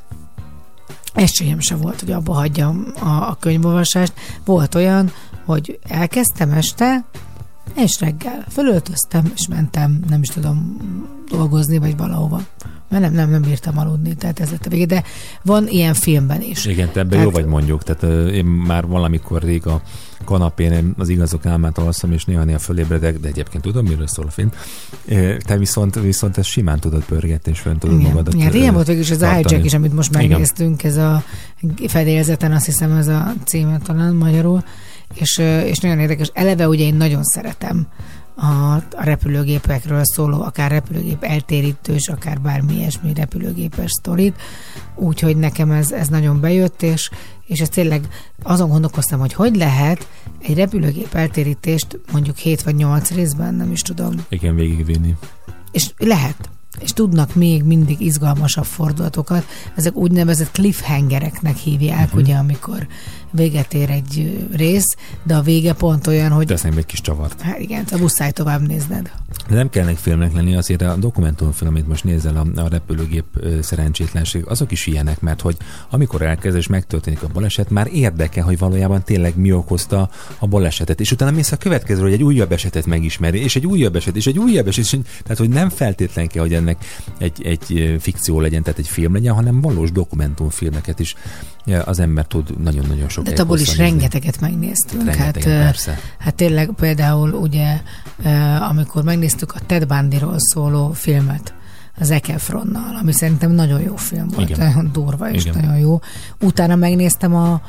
esélyem se volt, hogy abba hagyjam a, a könyvolvasást. Volt olyan, hogy elkezdtem este, és reggel fölöltöztem, és mentem, nem is tudom, dolgozni, vagy valahova. Mert nem, nem, nem bírtam aludni, tehát ez lett a vége. De van ilyen filmben is. Igen, te ebben tehát, jó vagy mondjuk. Tehát én már valamikor rég a kanapén az igazok álmát alszom, és néha-néha fölébredek, de egyébként tudom, miről szól a film. Te viszont, viszont ezt simán tudod pörgetni, és fönn tudod igen. magadat. Igen, ilyen volt végül is az Hijack is, amit most megnéztünk, ez a fedélzeten, azt hiszem ez a címe talán magyarul, és, és nagyon érdekes. Eleve ugye én nagyon szeretem a, a repülőgépekről szóló, akár repülőgép eltérítős, akár bármi ilyesmi repülőgépes sztorit, úgyhogy nekem ez, ez nagyon bejött, és, és ez tényleg azon gondolkoztam, hogy hogy lehet egy repülőgép eltérítést mondjuk hét vagy nyolc részben, nem is tudom. Igen, végigvinni. És lehet. És tudnak még mindig izgalmasabb fordulatokat. Ezek úgynevezett cliffhangereknek hívják, uh-huh. ugye, amikor véget ér egy rész, de a vége pont olyan, hogy... Tesznek egy kis csavart. Hát igen, a muszáj tovább nézned. De nem kellene filmnek lenni, azért a dokumentumfilm, amit most nézel, a, a repülőgép szerencsétlenség, azok is ilyenek, mert hogy amikor elkezd és megtörténik a baleset, már érdekel, hogy valójában tényleg mi okozta a balesetet. És utána mész a következő, hogy egy újabb esetet megismeri, és egy újabb eset, és egy újabb eset, és egy, tehát hogy nem feltétlen kell, hogy ennek egy, egy fikció legyen, tehát egy film legyen, hanem valós dokumentumfilmeket is az ember tud nagyon-nagyon sok. De abból is rengeteget megnéztünk. Rengeteget, hát, persze. Hát tényleg például ugye, amikor megnéztük a Ted Bundyról szóló filmet, az Zac Efronnal, ami szerintem nagyon jó film volt, igen. Nagyon durva és igen. Nagyon jó. Utána megnéztem a,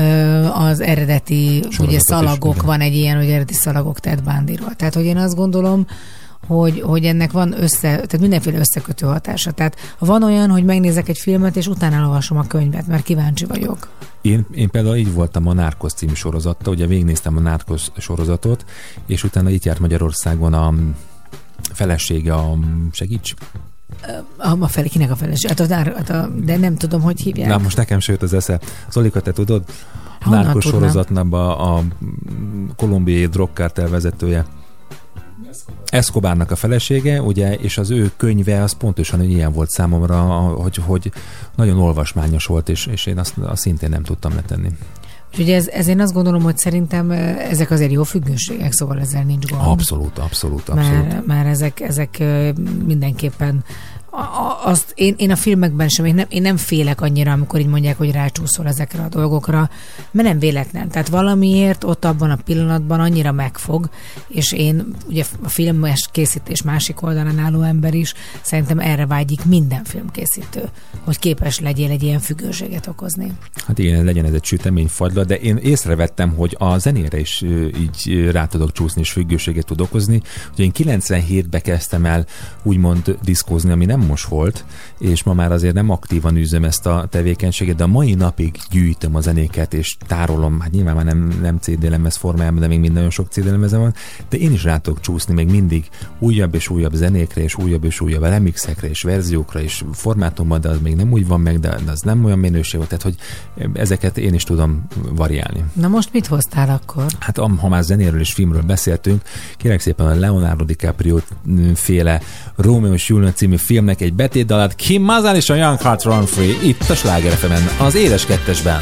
az eredeti ugye, szalagok, is, van egy ilyen, hogy eredeti szalagok Ted Bundyról. Tehát, hogy én azt gondolom, Hogy, hogy ennek van össze, tehát mindenféle összekötő hatása. Tehát van olyan, hogy megnézek egy filmet, és utána elolvasom a könyvet, mert kíváncsi vagyok. Én, én például így voltam a Narcos című sorozattal, ugye végignéztem a Narcos sorozatot, és utána itt járt Magyarországon a felesége, a segíts? A, a fel, kinek a felesége? Hát a, hát a, de nem tudom, hogy hívják. Na, most nekem sőt az esze. Zolika, te tudod? A Narcos sorozatnak a, a kolumbiai drogkártel vezetője. Escobarnak a felesége, ugye, és az ő könyve az pontosan hogy ilyen volt számomra, hogy, hogy nagyon olvasmányos volt, és, és én azt, azt szintén nem tudtam letenni. Úgyhogy ez, ez én azt gondolom, hogy szerintem ezek azért jó függőségek, szóval ezzel nincs gond. Abszolút, abszolút, abszolút. Már, már ezek, ezek mindenképpen azt én, én a filmekben sem, én nem, én nem félek annyira, amikor így mondják, hogy rácsúszol ezekre a dolgokra, mert nem véletlen. Tehát valamiért ott abban a pillanatban annyira megfog, és én ugye a filmes készítés másik oldalán álló ember is, szerintem erre vágyik minden filmkészítő, hogy képes legyél egy ilyen függőséget okozni. Hát igen, legyen ez egy sütemény fagyla, de én észrevettem, hogy a zenére is így rá tudok csúszni, és függőséget tud okozni. Ugye én kilencvenhétben kezdtem el úgymond diszkózni, ami nem most volt, és ma már azért nem aktívan űzöm ezt a tevékenységet, de a mai napig gyűjtöm a zenéket, és tárolom, hát nyilván már nem, nem cé dé lemez formájában, de még mind nagyon sok cé dé lemezem van, de én is rá tudok csúszni még mindig újabb és újabb zenékre, és újabb és újabb remixekre, és verziókra, és formátumban, de az még nem úgy van meg, de az nem olyan minőség volt, tehát hogy ezeket én is tudom variálni. Na most mit hoztál akkor? Hát ha már zenéről és filmről beszéltünk, kérlek szépen a Leonardo DiCaprio féle Romeo és Juliet című filmnek egy betétdalát, Kim Mazal és a Young Heart Run Free, itt a Sláger ef emen, az Édes Kettesben.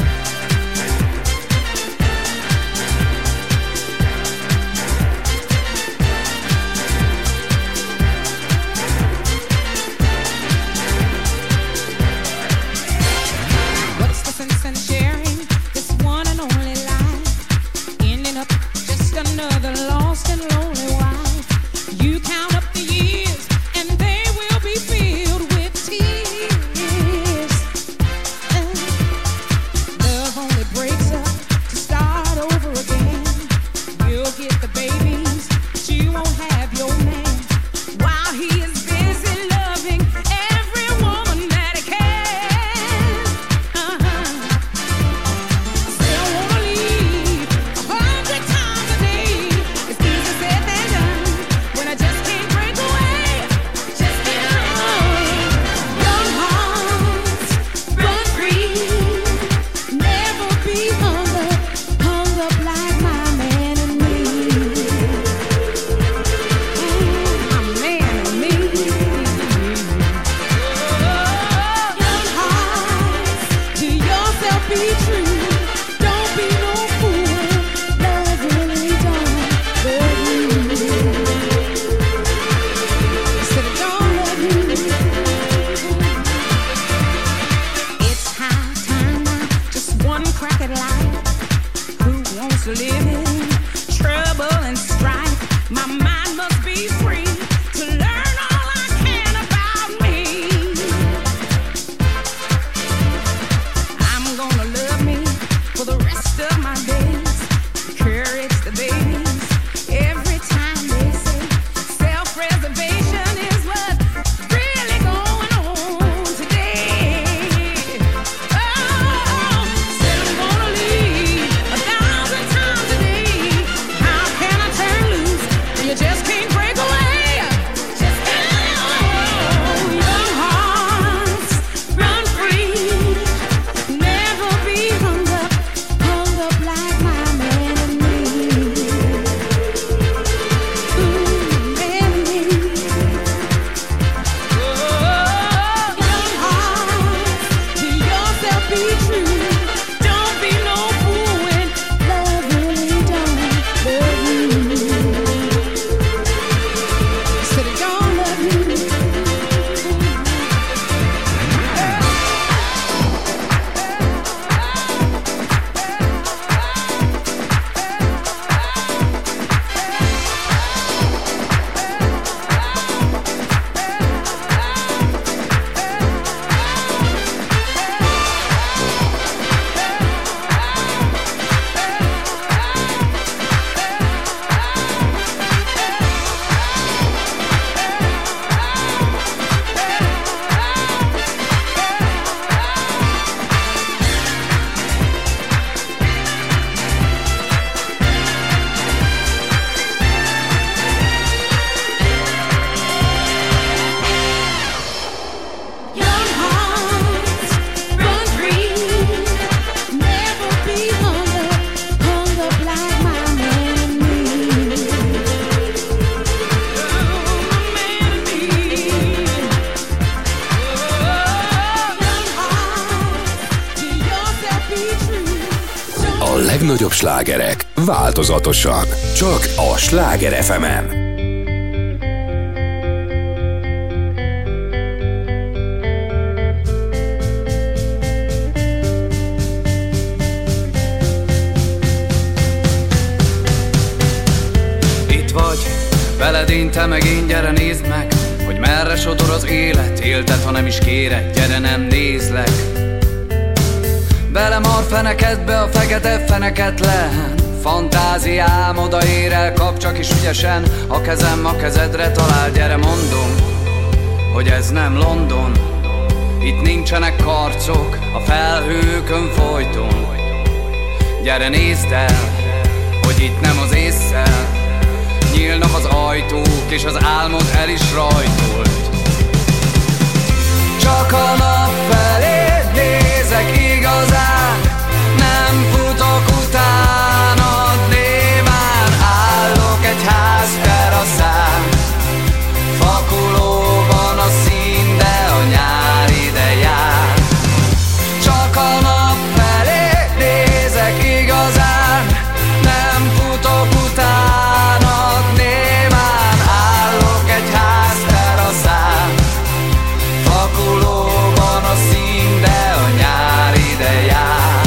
legnagyobb slágerek változatosan. Csak a Sláger ef emen. Veled én, te meg én, gyere nézd meg, hogy merre sodor az élet. Élted, ha nem is kéred, gyere nem nézlek. Belemar fenekedbe a fekete feneketlen fantáziám, odaér el, kap csak is ügyesen, a kezem a kezedre talál. Gyere mondom, hogy ez nem London, itt nincsenek karcok a felhőkön folyton. Gyere nézd el, hogy itt nem az ésszel nyílnak az ajtók, és az álmod el is rajtolt. Csak a nap felé nézek igazán, nem futok utánad, némán állok egy ház teraszán. Fakulóban a szín, de a nyár ide jár. Csak a nap felé nézek igazán, nem futok utánad, némán állok egy ház teraszán. Fakulóban a szín, de a nyár ide jár.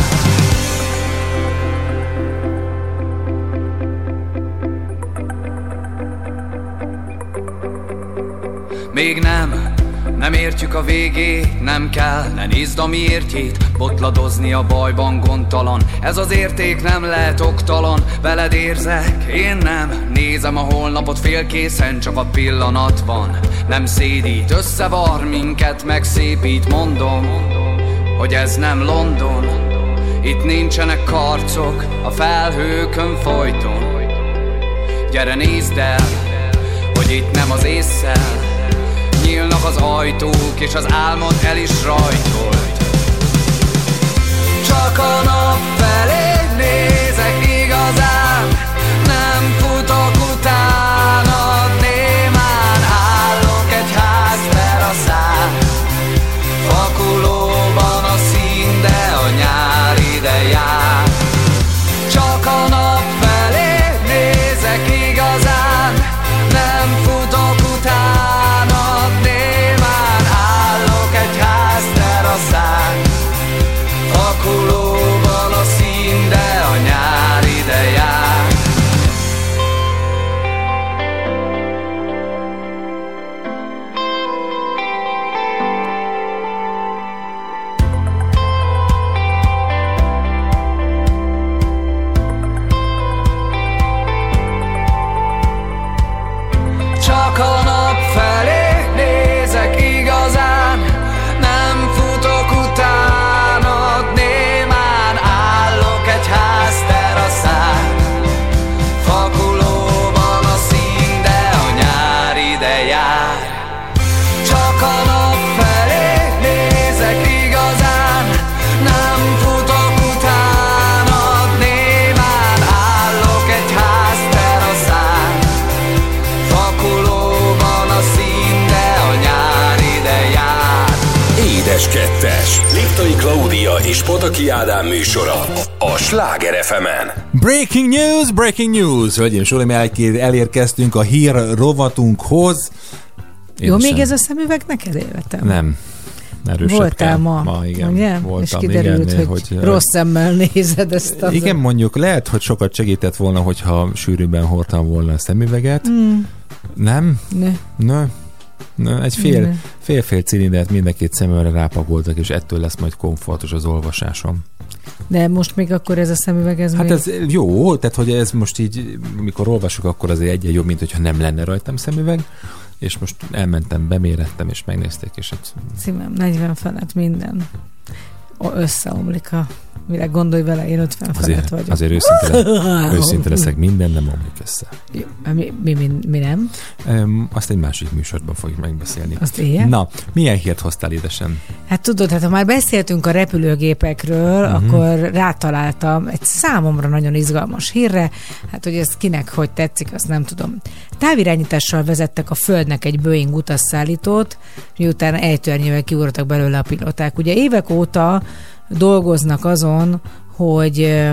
Még nem, nem értjük a végét, nem kell, ne nézd a miértjét. Botladozni a bajban gondtalan, ez az érték nem lehet oktalan. Veled érzek, én nem, nézem a holnapot félkészen, csak a pillanat van. Nem szédít, összevar minket, megszépít, mondom, hogy ez nem London, itt nincsenek karcok a felhőkön folyton. Gyere nézd el, hogy itt nem az ésszel nyílnak az ajtók, és az álmod el is rajtolt. Csak a nap felé nézek igazán, nem futok utánad, némán állok egy ház teraszán. Fakulóban a szín, de a nyár ide jár. Csak a nap felé nézek igazán, nem futok utánad, némán állok egy ház teraszán. Fakulóban a szín, de a nyár ide jár. Csak a nap felé nézek igazán, nem futok utánad, némán állok egy ház teraszán. Fakulóban a szín, de a nyár ide jár. Csak a nap felé nézek igazán, nem futok utánad, némán állok egy ház teraszán. Fakulóban a szín, de a nyár ide jár. Édes kettes. Liptai Klaudia és Pataki Ádám műsora a Sláger ef emen. Breaking news, breaking news! Hölgyeim és uraim, elérkeztünk a hír rovatunkhoz. Jó, még ez a szemüveg neked életem? Nem. Erősebb voltál kell. ma, ma igen, ugye? Voltam, és kiderült, igen, hogy, hogy rossz szemmel nézed ezt az... Igen, mondjuk lehet, hogy sokat segített volna, hogyha sűrűben hordtam volna a szemüveget. Mm. Nem? Ne. Ne. Ne. Egy fél, fél-fél cilindert mind a két szememre rápakoltak, és ettől lesz majd komfortos az olvasásom. De most még akkor ez a szemüveg, ez Hát még... ez jó, tehát hogy ez most így, mikor olvasok, akkor azért egyen jobb, mint hogyha nem lenne rajtam szemüveg, és most elmentem, bemérettem, és megnézték, és hát... Szívem, negyven felett minden összeomlik a világ. Gondolj vele, én ötven felett vagyok. Azért őszinte, őszinte leszek, minden nem omlik össze. Mi, mi, mi, mi nem? Um, azt egy másik műsorban fogjuk megbeszélni. Azt ilyen? Na, milyen hírt hoztál, édesem? Hát tudod, hát ha már beszéltünk a repülőgépekről, uh-huh. akkor rátaláltam egy számomra nagyon izgalmas hírre, hát hogy ez kinek hogy tetszik, azt nem tudom. Távirányítással vezettek a Földnek egy Boeing utasszállítót, miután ejtőernyővel kiugrottak belőle a pilóták. Ugye évek óta dolgoznak azon, hogy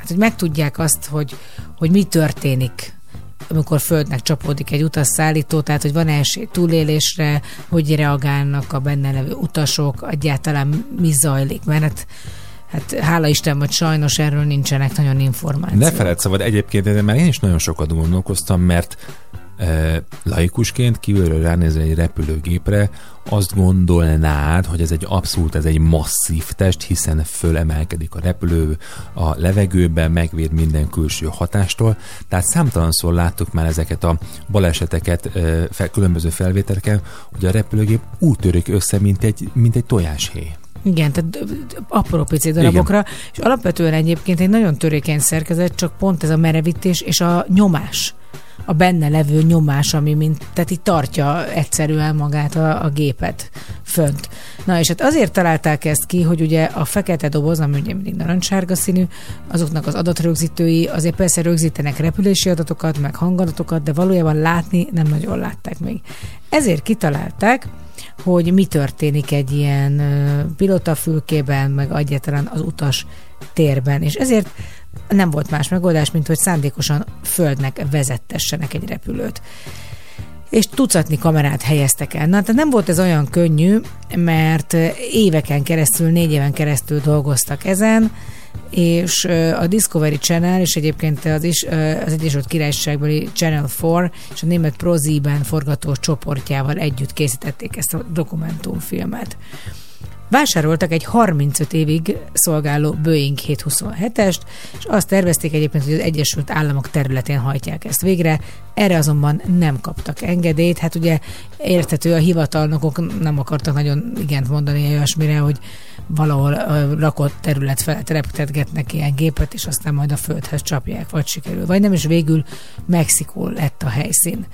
hát, hogy megtudják azt, hogy, hogy mi történik, amikor földnek csapódik egy utasszállító, tehát hogy van esély túlélésre, hogy reagálnak a benne levő utasok, egyáltalán mi zajlik, mert hát, hát hála Isten, hogy sajnos erről nincsenek nagyon információk. Ne feledd szabad egyébként, mert én is nagyon sokat gondolkoztam, mert e, laikusként kívülről ránézni egy repülőgépre, azt gondolnád, hogy ez egy abszolút, ez egy masszív test, hiszen fölemelkedik a repülő a levegőben, megvéd minden külső hatástól. Tehát számtalanszor láttuk már ezeket a baleseteket e, fel, különböző felvételeken, hogy a repülőgép úgy törik össze, mint egy, mint egy tojáshéj. Igen, tehát apró pici darabokra, igen. És alapvetően egyébként egy nagyon törékeny szerkezet, csak pont ez a merevítés és a nyomás, a benne levő nyomás, ami mint, tehát így tartja egyszerűen magát a, a gépet fönt. Na és hát azért találták ezt ki, hogy ugye a fekete doboz, ami ugye mindig narancssárga színű, azoknak az adatrögzítői azért persze rögzítenek repülési adatokat, meg hangadatokat, de valójában látni nem nagyon látták még. Ezért kitalálták, hogy mi történik egy ilyen pilotafülkében, meg egyáltalán az utas térben, és ezért nem volt más megoldás, mint hogy szándékosan földnek vezettessenek egy repülőt. És tucatnyi kamerát helyeztek el. Na, tehát nem volt ez olyan könnyű, mert éveken keresztül, négy éven keresztül dolgoztak ezen, és a Discovery Channel, és egyébként az, is, az Egyesült Királyságbeli Channel négy és a német ProSieben forgató csoportjával együtt készítették ezt a dokumentumfilmet. Vásároltak egy harmincöt évig szolgáló Boeing hétszázhuszonhetest, és azt tervezték egyébként, hogy az Egyesült Államok területén hajtják ezt végre. Erre azonban nem kaptak engedélyt. Hát ugye érthető, a hivatalnokok nem akartak nagyon igent mondani olyasmire, hogy valahol a lakott terület felett reptetgetnek ilyen gépet, és aztán majd a földhez csapják, vagy sikerül. Vagy nem, és végül Mexikó lett a helyszín.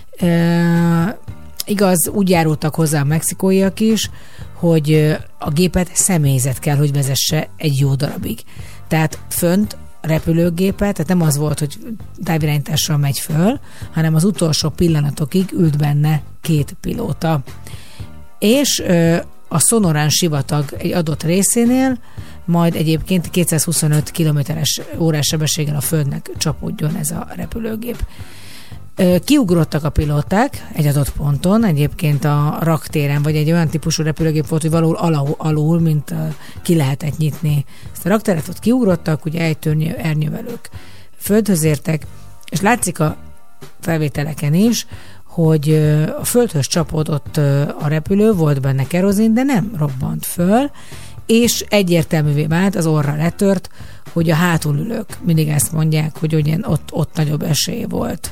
E- Igaz, úgy járultak hozzá a mexikóiak is, hogy a gépet személyzet kell, hogy vezesse egy jó darabig. Tehát fönt a repülőgépet, tehát nem az volt, hogy távirányítással megy föl, hanem az utolsó pillanatokig ült benne két pilóta. És a Sonorán sivatag egy adott részénél majd egyébként kétszázhuszonöt kilométeres órás sebességgel a földnek csapódjon ez a repülőgép. Kiugrottak a pilóták egy adott ponton, egyébként a raktéren, vagy egy olyan típusú repülőgép volt, hogy valahol alul, alul mint ki lehetett nyitni ezt a rakteret, ott kiugrottak, ugye ejtőernyő, ernyővelők földhöz értek, és látszik a felvételeken is, hogy a földhöz csapódott a repülő, volt benne kerozin, de nem robbant föl, és egyértelművé vált, az orra letört, hogy a hátulülők mindig ezt mondják, hogy ugyan ott, ott nagyobb esély volt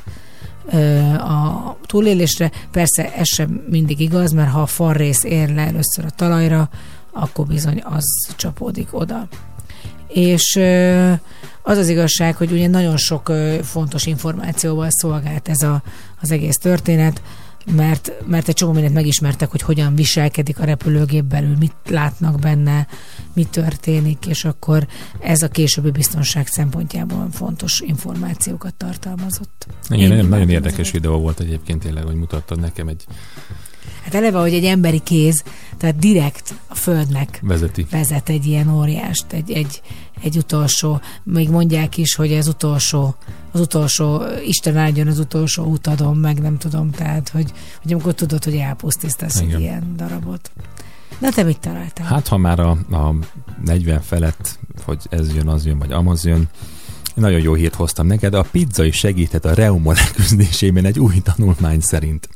a túlélésre. Persze ez sem mindig igaz, mert ha a falrész ér le először a talajra, akkor bizony az csapódik oda. És az az igazság, hogy ugye nagyon sok fontos információval szolgált ez a, az egész történet, mert, mert egy csomó mindent megismertek, hogy hogyan viselkedik a repülőgép belül, mit látnak benne, mi történik, és akkor ez a későbbi biztonság szempontjából fontos információkat tartalmazott. Igen, nagyon, nagyon érdekes videó volt egyébként tényleg, hogy mutattad nekem egy... Hát eleve, hogy egy emberi kéz, tehát direkt a földnek vezeti. vezet egy ilyen óriást, egy, egy, egy utolsó, még mondják is, hogy az utolsó, az utolsó, Isten áldjon az utolsó utadon, meg nem tudom, tehát, hogy, hogy amikor tudod, hogy elpusztítasz egy ilyen darabot. Na te mit találtál? Hát, ha már a, a negyven felett, hogy ez jön, az jön, vagy amaz jön, nagyon jó hírt hoztam neked. A pizza is segített a reuma leküzdésében egy új tanulmány szerint.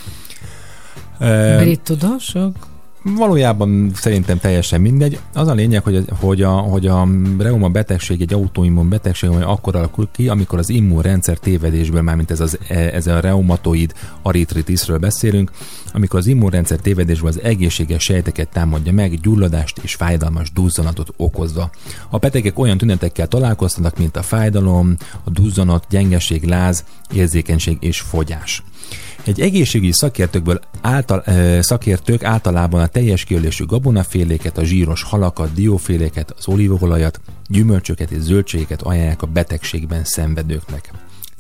Brit tudósok? Valójában szerintem teljesen mindegy. Az a lényeg, hogy a, hogy a, hogy a reuma betegség egy autoimmun betegség, ami akkor alakul ki, amikor az immunrendszer tévedésből, mármint ez, az, ez a reumatoid artritisről beszélünk, amikor az immunrendszer tévedésből az egészséges sejteket támadja meg, gyulladást és fájdalmas duzzanatot okozva. A betegek olyan tünetekkel találkoztatnak, mint a fájdalom, a duzzanat, gyengeség, láz, érzékenység és fogyás. Egy egészségügyi szakértőkből által, e, szakértők általában a teljes kiölésű gabonaféléket, a zsíros halakat, dióféléket, az olívaolajat, gyümölcsöket és zöldségeket ajánlják a betegségben szenvedőknek.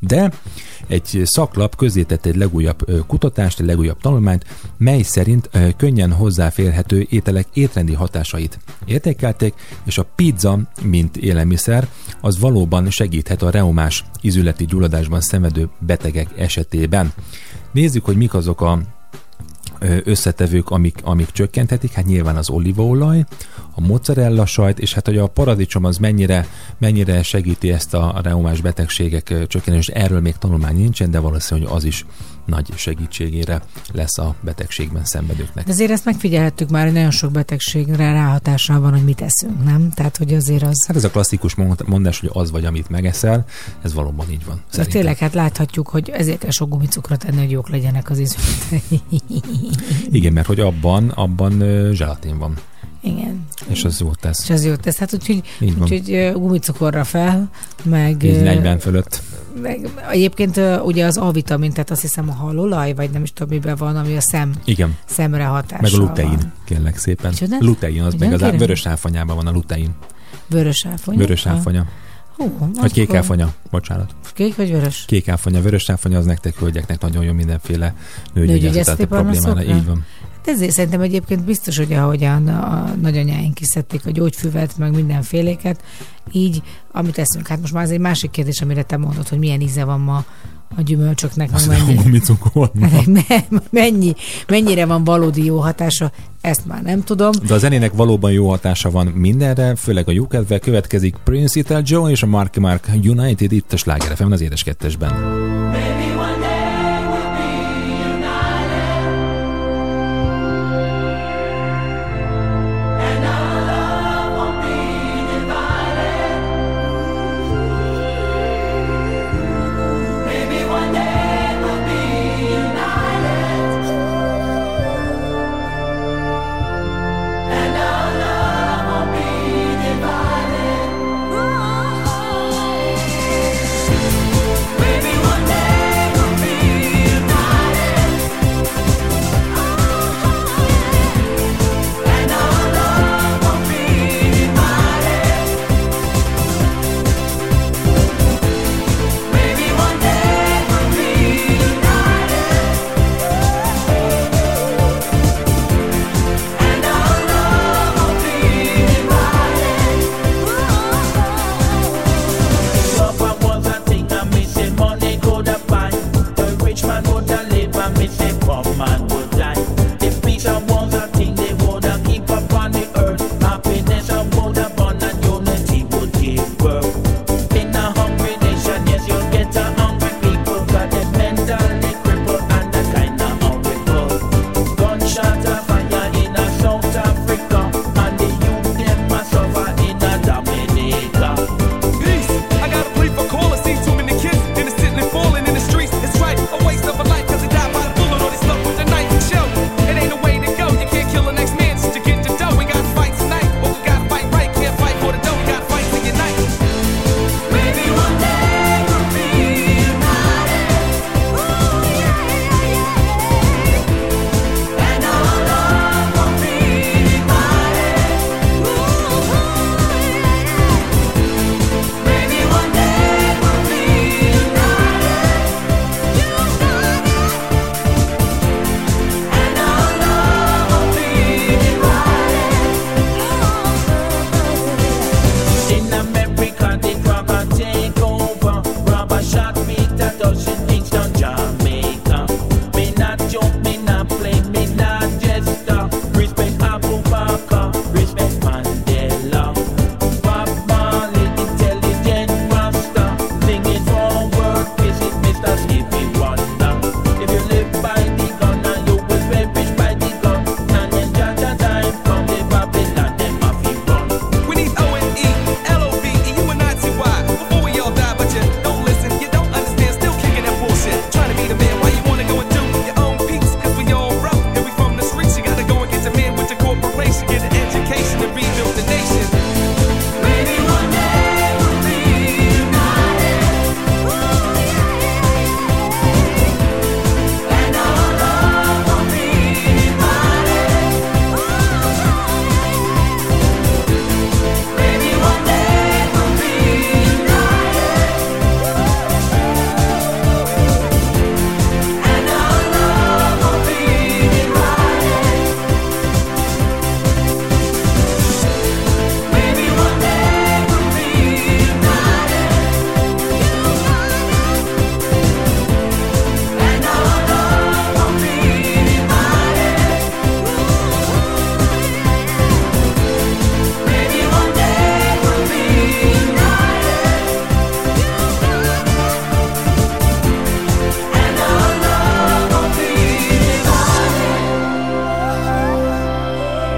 De egy szaklap közzétett egy legújabb kutatást, egy legújabb tanulmányt, mely szerint könnyen hozzáférhető ételek étrendi hatásait értékelték, és a pizza, mint élelmiszer, az valóban segíthet a reumás ízületi gyulladásban szenvedő betegek esetében. Nézzük, hogy mik azok a összetevők, amik, amik csökkenthetik, hát nyilván az olívaolaj, a mozzarella sajt, és hát hogy a paradicsom az mennyire, mennyire segíti ezt a reumás betegségek csökkenést, erről még tanulmány nincsen, de valószínűleg az is nagy segítségére lesz a betegségben szenvedőknek. De azért ezt megfigyelhettük már, hogy nagyon sok betegségre ráhatással van, hogy mit eszünk, nem? Tehát, hogy azért az... Hát ez a klasszikus mondás, hogy az vagy, amit megeszel, ez valóban így van. De tényleg, hát láthatjuk, hogy ezért kell sok gumicukrot enni, hogy jók legyenek az ízületei. Igen, mert hogy abban, abban zselatin van. Igen. És az jót tesz. És az jót tesz. Hát úgyhogy, úgyhogy gumicukorra fel, meg... Így negyven fölött. Meg, egyébként ugye az A-vitamin, tehát azt hiszem a halolaj, vagy nem is tudom, miben van, ami a szem, igen. szemre hatással meg a lutein, van. Kérlek szépen. Micsoda? Lutein, az Ugyan, meg az kérem? vörös áfonyában van a lutein. Vörös áfonya? Vörös áfonya. Hú, vagy kék áfonya, bocsánat. Kék vagy vörös? Kék áfonya, vörös áfonya, az nektek hölgyeknek nagyon jó mindenféle nőgyógyászati problémára. Így van. De ezért szerintem egyébként biztos, hogy ahogyan a nagyanyáink kiszedték a gyógyfüvet, meg mindenféléket, így, amit eszünk. Hát most már ez egy másik kérdés, amire te mondod, hogy milyen íze van ma a gyümölcsöknek, meg mennyi, mennyi, mennyire van valódi jó hatása, ezt már nem tudom. De a zenének valóban jó hatása van mindenre, főleg a jókedve. Következik Prince Ethel Joe és a Marky Mark United itt a Sláger ef em az Édes Kettesben. Maybe one day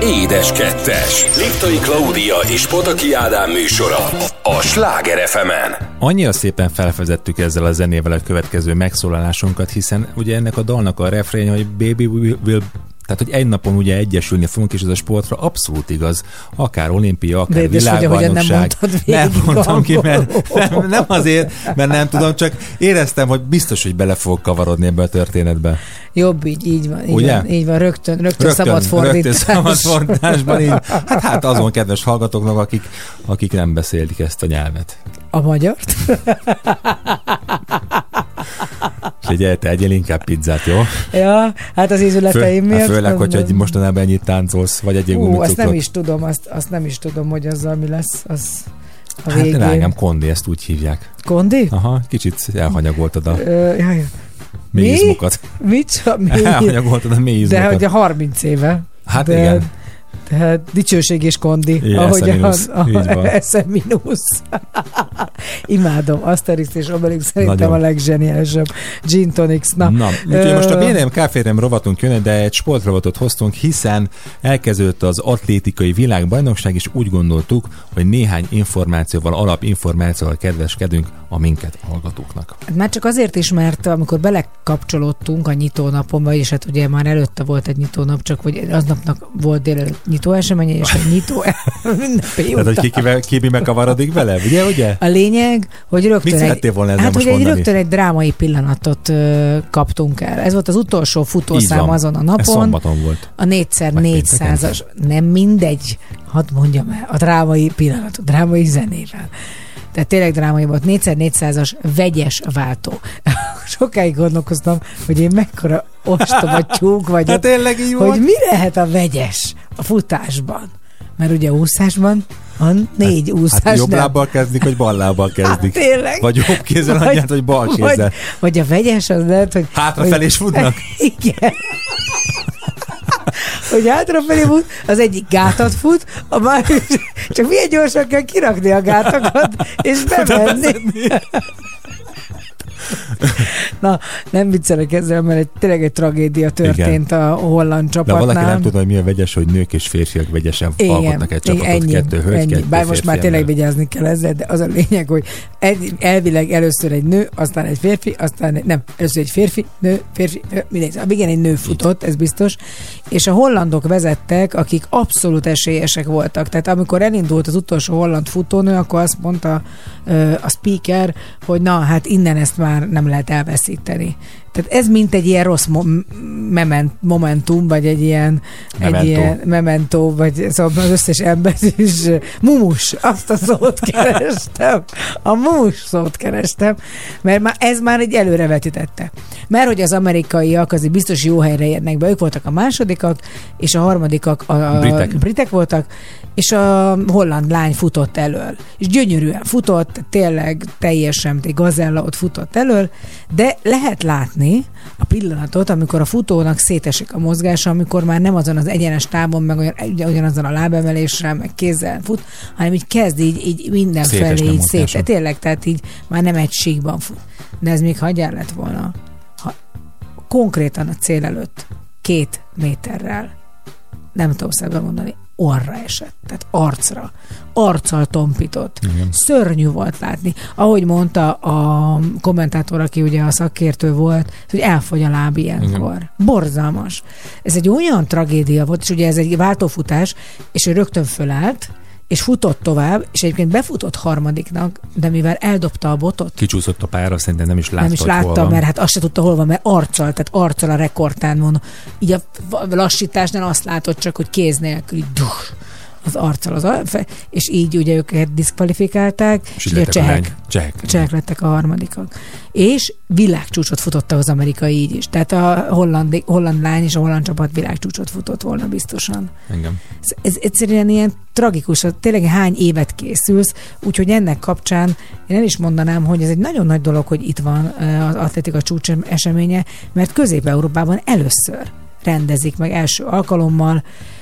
Édes Kettes. Liptai Klaudia és Pataki Ádám műsora a Sláger ef emen. Annyira szépen felvezettük ezzel a zenével a következő megszólalásunkat, hiszen ugye ennek a dalnak a refrénye, hogy Baby will, will tehát, hogy egy napon ugye egyesülni fogunk, és ez a sportra abszolút igaz. Akár olimpia, akár de világbajnokság. Nem, nem mondtam ki, mert nem, nem azért, mert nem tudom, csak éreztem, hogy biztos, hogy bele fogok kavarodni ebbe a történetbe. Jobb így, így van. Így ugye? Van, így van, rögtön, rögtön, rögtön szabad fordítás. Rögtön szabad fordításban így. Hát, hát azon kedves hallgatóknak, akik, akik nem beszélik ezt a nyelvet. A magyart? Figyelj, te egyél inkább pizzát, jó? Ja, hát az ízületeim Fő, miatt. Főleg, hogyha egy mostanában ennyit táncolsz, vagy egy gumicukrot. Azt nem is tudom, azt, azt nem is tudom, hogy azzal mi lesz. Az a hát végén. Rágám Kondi, ezt úgy hívják. Kondi? Aha, kicsit elhanyagoltad a Ö, jaj. mély izmokat. Mit? Elhanyagoltad a mély izmokat. De hogy a harminc éve. Hát de, igen. Tehát dicsőség és kondi, igen, ahogy esz em mínusz, a esz em mínusz. Imádom, Asterix és Obelix szerintem nagyon. A leggeniálisabb Gin Tonics. Na, Na úgyhogy most a bé en em Káférem rovatunk jön, de egy sportrovatot hoztunk, hiszen elkezdődött az atlétikai világbajnokság, és úgy gondoltuk, hogy néhány információval, alapinformációval kedveskedünk a minket hallgatóknak. Már csak azért is, mert amikor belekapcsolódtunk a nyitónapon, vagyis hát ugye már előtte volt egy nyitónap, csak hogy aznapnak volt délelőtt nyitó eseménye, és egy nyitó ünnepi után. Tehát, hogy ki, ki, ki megkavarodik vele, ugye, ugye? A lényeg, hogy rögtön Mit egy, volna ezzel hát, most hogy egy mondani? rögtön egy drámai pillanatot ö, kaptunk el. Ez volt az utolsó futószám azon a napon. Ez szombaton volt. A négyszer négyszázas. Nem mindegy. Hadd mondjam el. A drámai pillanatot, drámai zenével. Tehát tényleg drámai volt. négyszer négyszázas vegyes váltó. Sokáig gondolkoztam, hogy én mekkora ostoba tyúk vagyok. Hát tényleg így volt. Hogy mi lehet a vegyes a futásban? Mert ugye úszásban a négy hát, úszás hát jobb nem. lábbal kezdik, vagy bal lábbal kezdik. Hát tényleg. Vagy jobb kézzel adját, vagy bal kézzel. Vagy, vagy a vegyes az lehet, hogy... Hátrafelé is futnak? Igen. Hogy hátrafelé fut, az egyik gátat fut, a másik csak milyen gyorsan kell kirakni a gátakat, és bemenni. Na, nem viccelek ezzel, mert egy, tényleg egy tragédia történt igen. a holland csapatnál. De valaki nem tudja, hogy mi a vegyes, hogy nők és férfiak vegyesen igen, alkotnak egy csapatot, ennyi, kettő hölgy, ennyi. kettő Bár most már tényleg ember. vigyázni kell ezzel, de az a lényeg, hogy elvileg először egy nő, aztán egy férfi, aztán egy, nem, először egy férfi, nő, férfi, mindegy. A végén egy nő futott, ez biztos, és a hollandok vezettek, akik abszolút esélyesek voltak. Tehát amikor elindult az utolsó holland futónő, akkor azt mondta a speaker, hogy na, hát innen ezt már nem lehet elveszíteni. Tehát ez mint egy ilyen rossz mo- moment, momentum, vagy egy ilyen memento, egy ilyen memento, vagy szóval az összes ember is mumus, azt a szót kerestem. A mumus szót kerestem, mert már ez már egy előrevetítette. Mert hogy az amerikaiak azért biztos jó helyre érnek be, ők voltak a másodikak, és a harmadikak a, a britek. britek voltak, és a holland lány futott elől. És gyönyörűen futott, tényleg teljesen egy gazella ott futott elől, de lehet látni a pillanatot, amikor a futónak szétesik a mozgása, amikor már nem azon az egyenes távon, meg olyan, ugyanazon a lábemeléssel, meg kézzel fut, hanem így kezd így, így mindenfelé így szét. Tényleg, tehát így már nem egy síkban fut. De ez még hagyjál lett volna, ha konkrétan a cél előtt két méterrel, nem tudom szebben mondani, orra esett, tehát arcra, arccal tompított. Igen. Szörnyű volt látni. Ahogy mondta a kommentátor, aki ugye a szakértő volt, hogy elfogy a láb ilyenkor. Igen. Borzalmas. Ez egy olyan tragédia volt, és ugye ez egy váltófutás, és ő rögtön fölállt, és futott tovább, és egyébként befutott harmadiknak, de mivel eldobta a botot... Kicsúszott a pályára, szerintem nem is látta, Nem is látta, mert hát azt se tudta, hol van, mert arccal, tehát arccal a rekordtán van. Így a lassításnál azt látott csak, hogy kéz nélkül, így duh, az arccal, az ar- és így ugye őket diszkvalifikálták, és, és ugye a csehek, csehek. csehek lettek a harmadikak. És világcsúcsot futott az amerikai így is. Tehát a holland, holland lány és a holland csapat világcsúcsot futott volna biztosan. Engem. Ez, ez egyszerűen ilyen tragikus, tényleg hány évet készülsz, úgyhogy ennek kapcsán én el is mondanám, hogy ez egy nagyon nagy dolog, hogy itt van az atlétika csúcs eseménye, mert Közép-Európában először rendezik meg első alkalommal,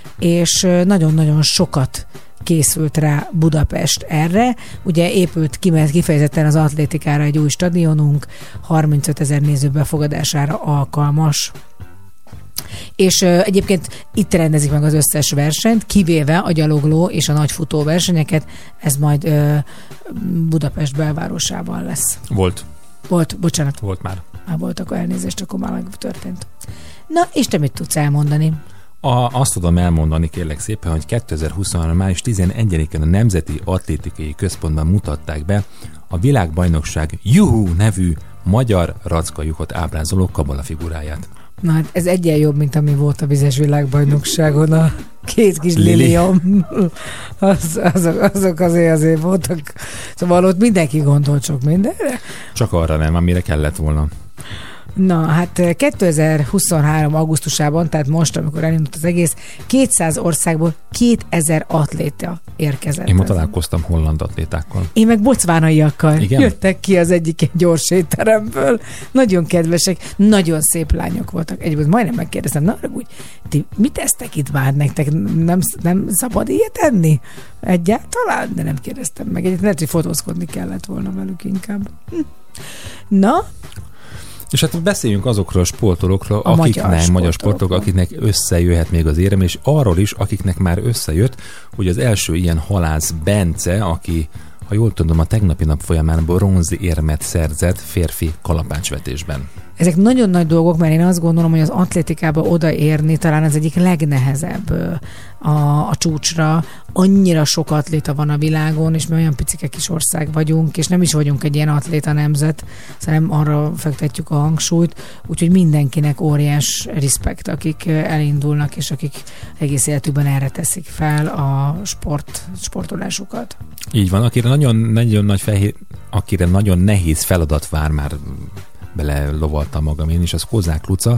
és nagyon-nagyon sokat készült rá Budapest erre. Ugye épült kifejezetten az atlétikára egy új stadionunk, harmincöt ezer néző befogadására alkalmas. És uh, egyébként itt rendezik meg az összes versenyt, kivéve a gyalogló és a nagy futó versenyeket, ez majd uh, Budapest belvárosában lesz. Volt. Volt, bocsánat. Volt már. Már volt, akkor elnézést, akkor már megtörtént. Na, és te mit tudsz elmondani? A, azt tudom elmondani, kérlek szépen, hogy kétezer-huszonhárom. május tizenegyedikén a Nemzeti Atlétikai Központban mutatták be a világbajnokság Juhu nevű magyar rackajuhot ábrázoló kabala figuráját. Na hát ez egyen jobb, mint ami volt a vizes világbajnokságon, a két kis lilium. Az, azok, azok azért azért voltak. Szóval ott mindenki gondolt sok mindenre. Csak arra nem, amire kellett volna. Na, hát kétezer-huszonhárom. augusztusában, tehát most, amikor elindult az egész, kétszáz országból kétezer atléta érkezett. Én ma találkoztam holland atlétákkal. Én meg bocvánaiakkal. Igen? Jöttek ki az egyik gyors étteremből. Nagyon kedvesek, nagyon szép lányok voltak. Egyébként majdnem megkérdeztem, na, úgy, ti mit esztek itt már nektek? Nem, nem szabad ilyet enni? Egyáltalán? De nem kérdeztem meg. Egyébként lehet, hogy fotózkodni kellett volna velük inkább. Hm. Na, és hát beszéljünk azokról a sportolókról, a akiknek, magyar, magyar sportolók, akiknek összejöhet még az érem, és arról is, akiknek már összejött, hogy az első ilyen Halász Bence, aki, ha jól tudom, a tegnapi nap folyamán bronzi érmet szerzett férfi kalapácsvetésben. Ezek nagyon nagy dolgok, mert én azt gondolom, hogy az atlétikába odaérni talán az egyik legnehezebb a, a csúcsra. Annyira sok atléta van a világon, és mi olyan picike kis ország vagyunk, és nem is vagyunk egy ilyen atléta nemzet, szerintem arra fektetjük a hangsúlyt, úgyhogy mindenkinek óriás respekt, akik elindulnak, és akik egész életükben erre teszik fel a sport, sportolásukat. Így van, akire nagyon, nagyon nagy fehér, akire nagyon nehéz feladat vár, már belelovaltam magam én is, az Kozák Luca,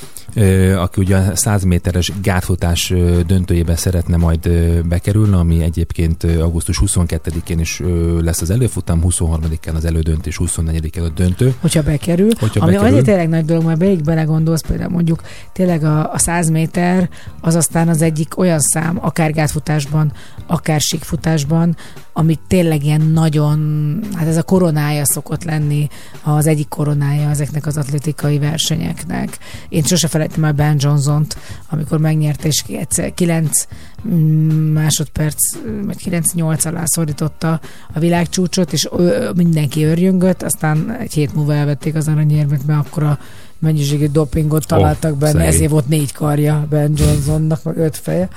aki ugye a száz méteres gátfutás döntőjébe szeretne majd bekerülni, ami egyébként augusztus huszonkettedikén is lesz az előfutam, huszonharmadikán az elődöntő és huszonnegyedikén a döntő. Hogyha bekerül. Hogyha ami bekerül. Annyi tényleg nagy dolog, mert végig belegondolsz, például mondjuk tényleg a, a száz méter az aztán az egyik olyan szám, akár gátfutásban, akár síkfutásban, amit tényleg ilyen nagyon, hát ez a koronája szokott lenni, az egyik koronája ezeknek az atlétikai versenyeknek. Én sose felejtem el Ben Johnsont, amikor megnyerte, és kilenc másodperc, vagy kilenc nyolc alá szorította a világcsúcsot, és mindenki örjöngött, aztán egy hét múlva elvették az aranyérmet, mert akkor a mennyiségű dopingot találtak oh, benne, szegény. Ezért volt négy karja Ben Johnsonnak, meg öt feje.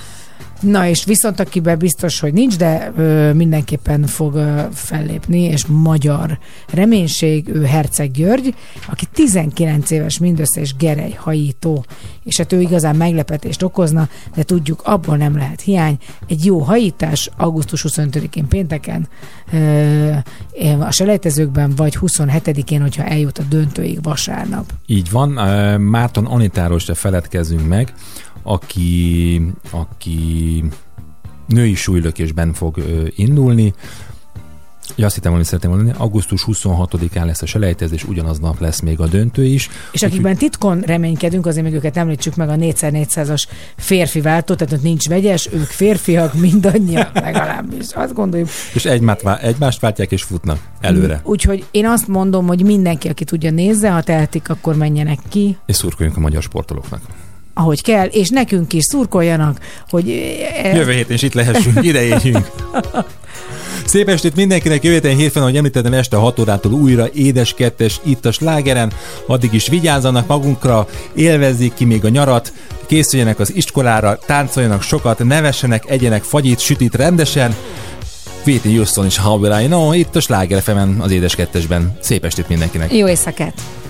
Na és viszont akiben biztos, hogy nincs, de ö, mindenképpen fog ö, fellépni, és magyar reménység, ő Herceg György, aki tizenkilenc éves mindössze, és gerej hajító, és hát ő igazán meglepetést okozna, de tudjuk, abból nem lehet hiány. Egy jó hajítás augusztus huszonötödikén pénteken ö, a selejtezőkben, vagy huszonhetedikén, hogyha eljut a döntőig vasárnap. Így van, Márton Anitáról se feledkezzünk meg, aki, aki női súlylökésben fog ö, indulni. Ja, azt hittem, hogy szeretném mondani, augusztus huszonhatodikán lesz a selejtezés, ugyanaznap lesz még a döntő is. És akikben úgy, titkon reménykedünk, azért még őket említsük meg a négy négyszázas férfi váltó, tehát ott nincs vegyes, ők férfiak mindannyian legalábbis, azt gondoljuk. És egymást, egymást váltják és futnak előre. Úgyhogy én azt mondom, hogy mindenki, aki tudja, nézze, ha tehetik, akkor menjenek ki. És szurkoljunk a magyar sportolóknak. Ahogy kell, és nekünk is szurkoljanak, hogy... Jövő héten is itt lehessünk, ide érjünk. Szép estét mindenkinek, jövő héten hétfőn, ahogy említettem, este hat órától újra Édes Kettes itt a Slágeren. Addig is vigyázzanak magunkra, élvezzék ki még a nyarat, készüljenek az iskolára, táncoljanak sokat, nevessenek, egyenek fagyit, sütit rendesen. Whitney Houston és How Will I Know itt a Sláger ef emen az Édes Kettesben. Szép estét mindenkinek! Jó éjszakát!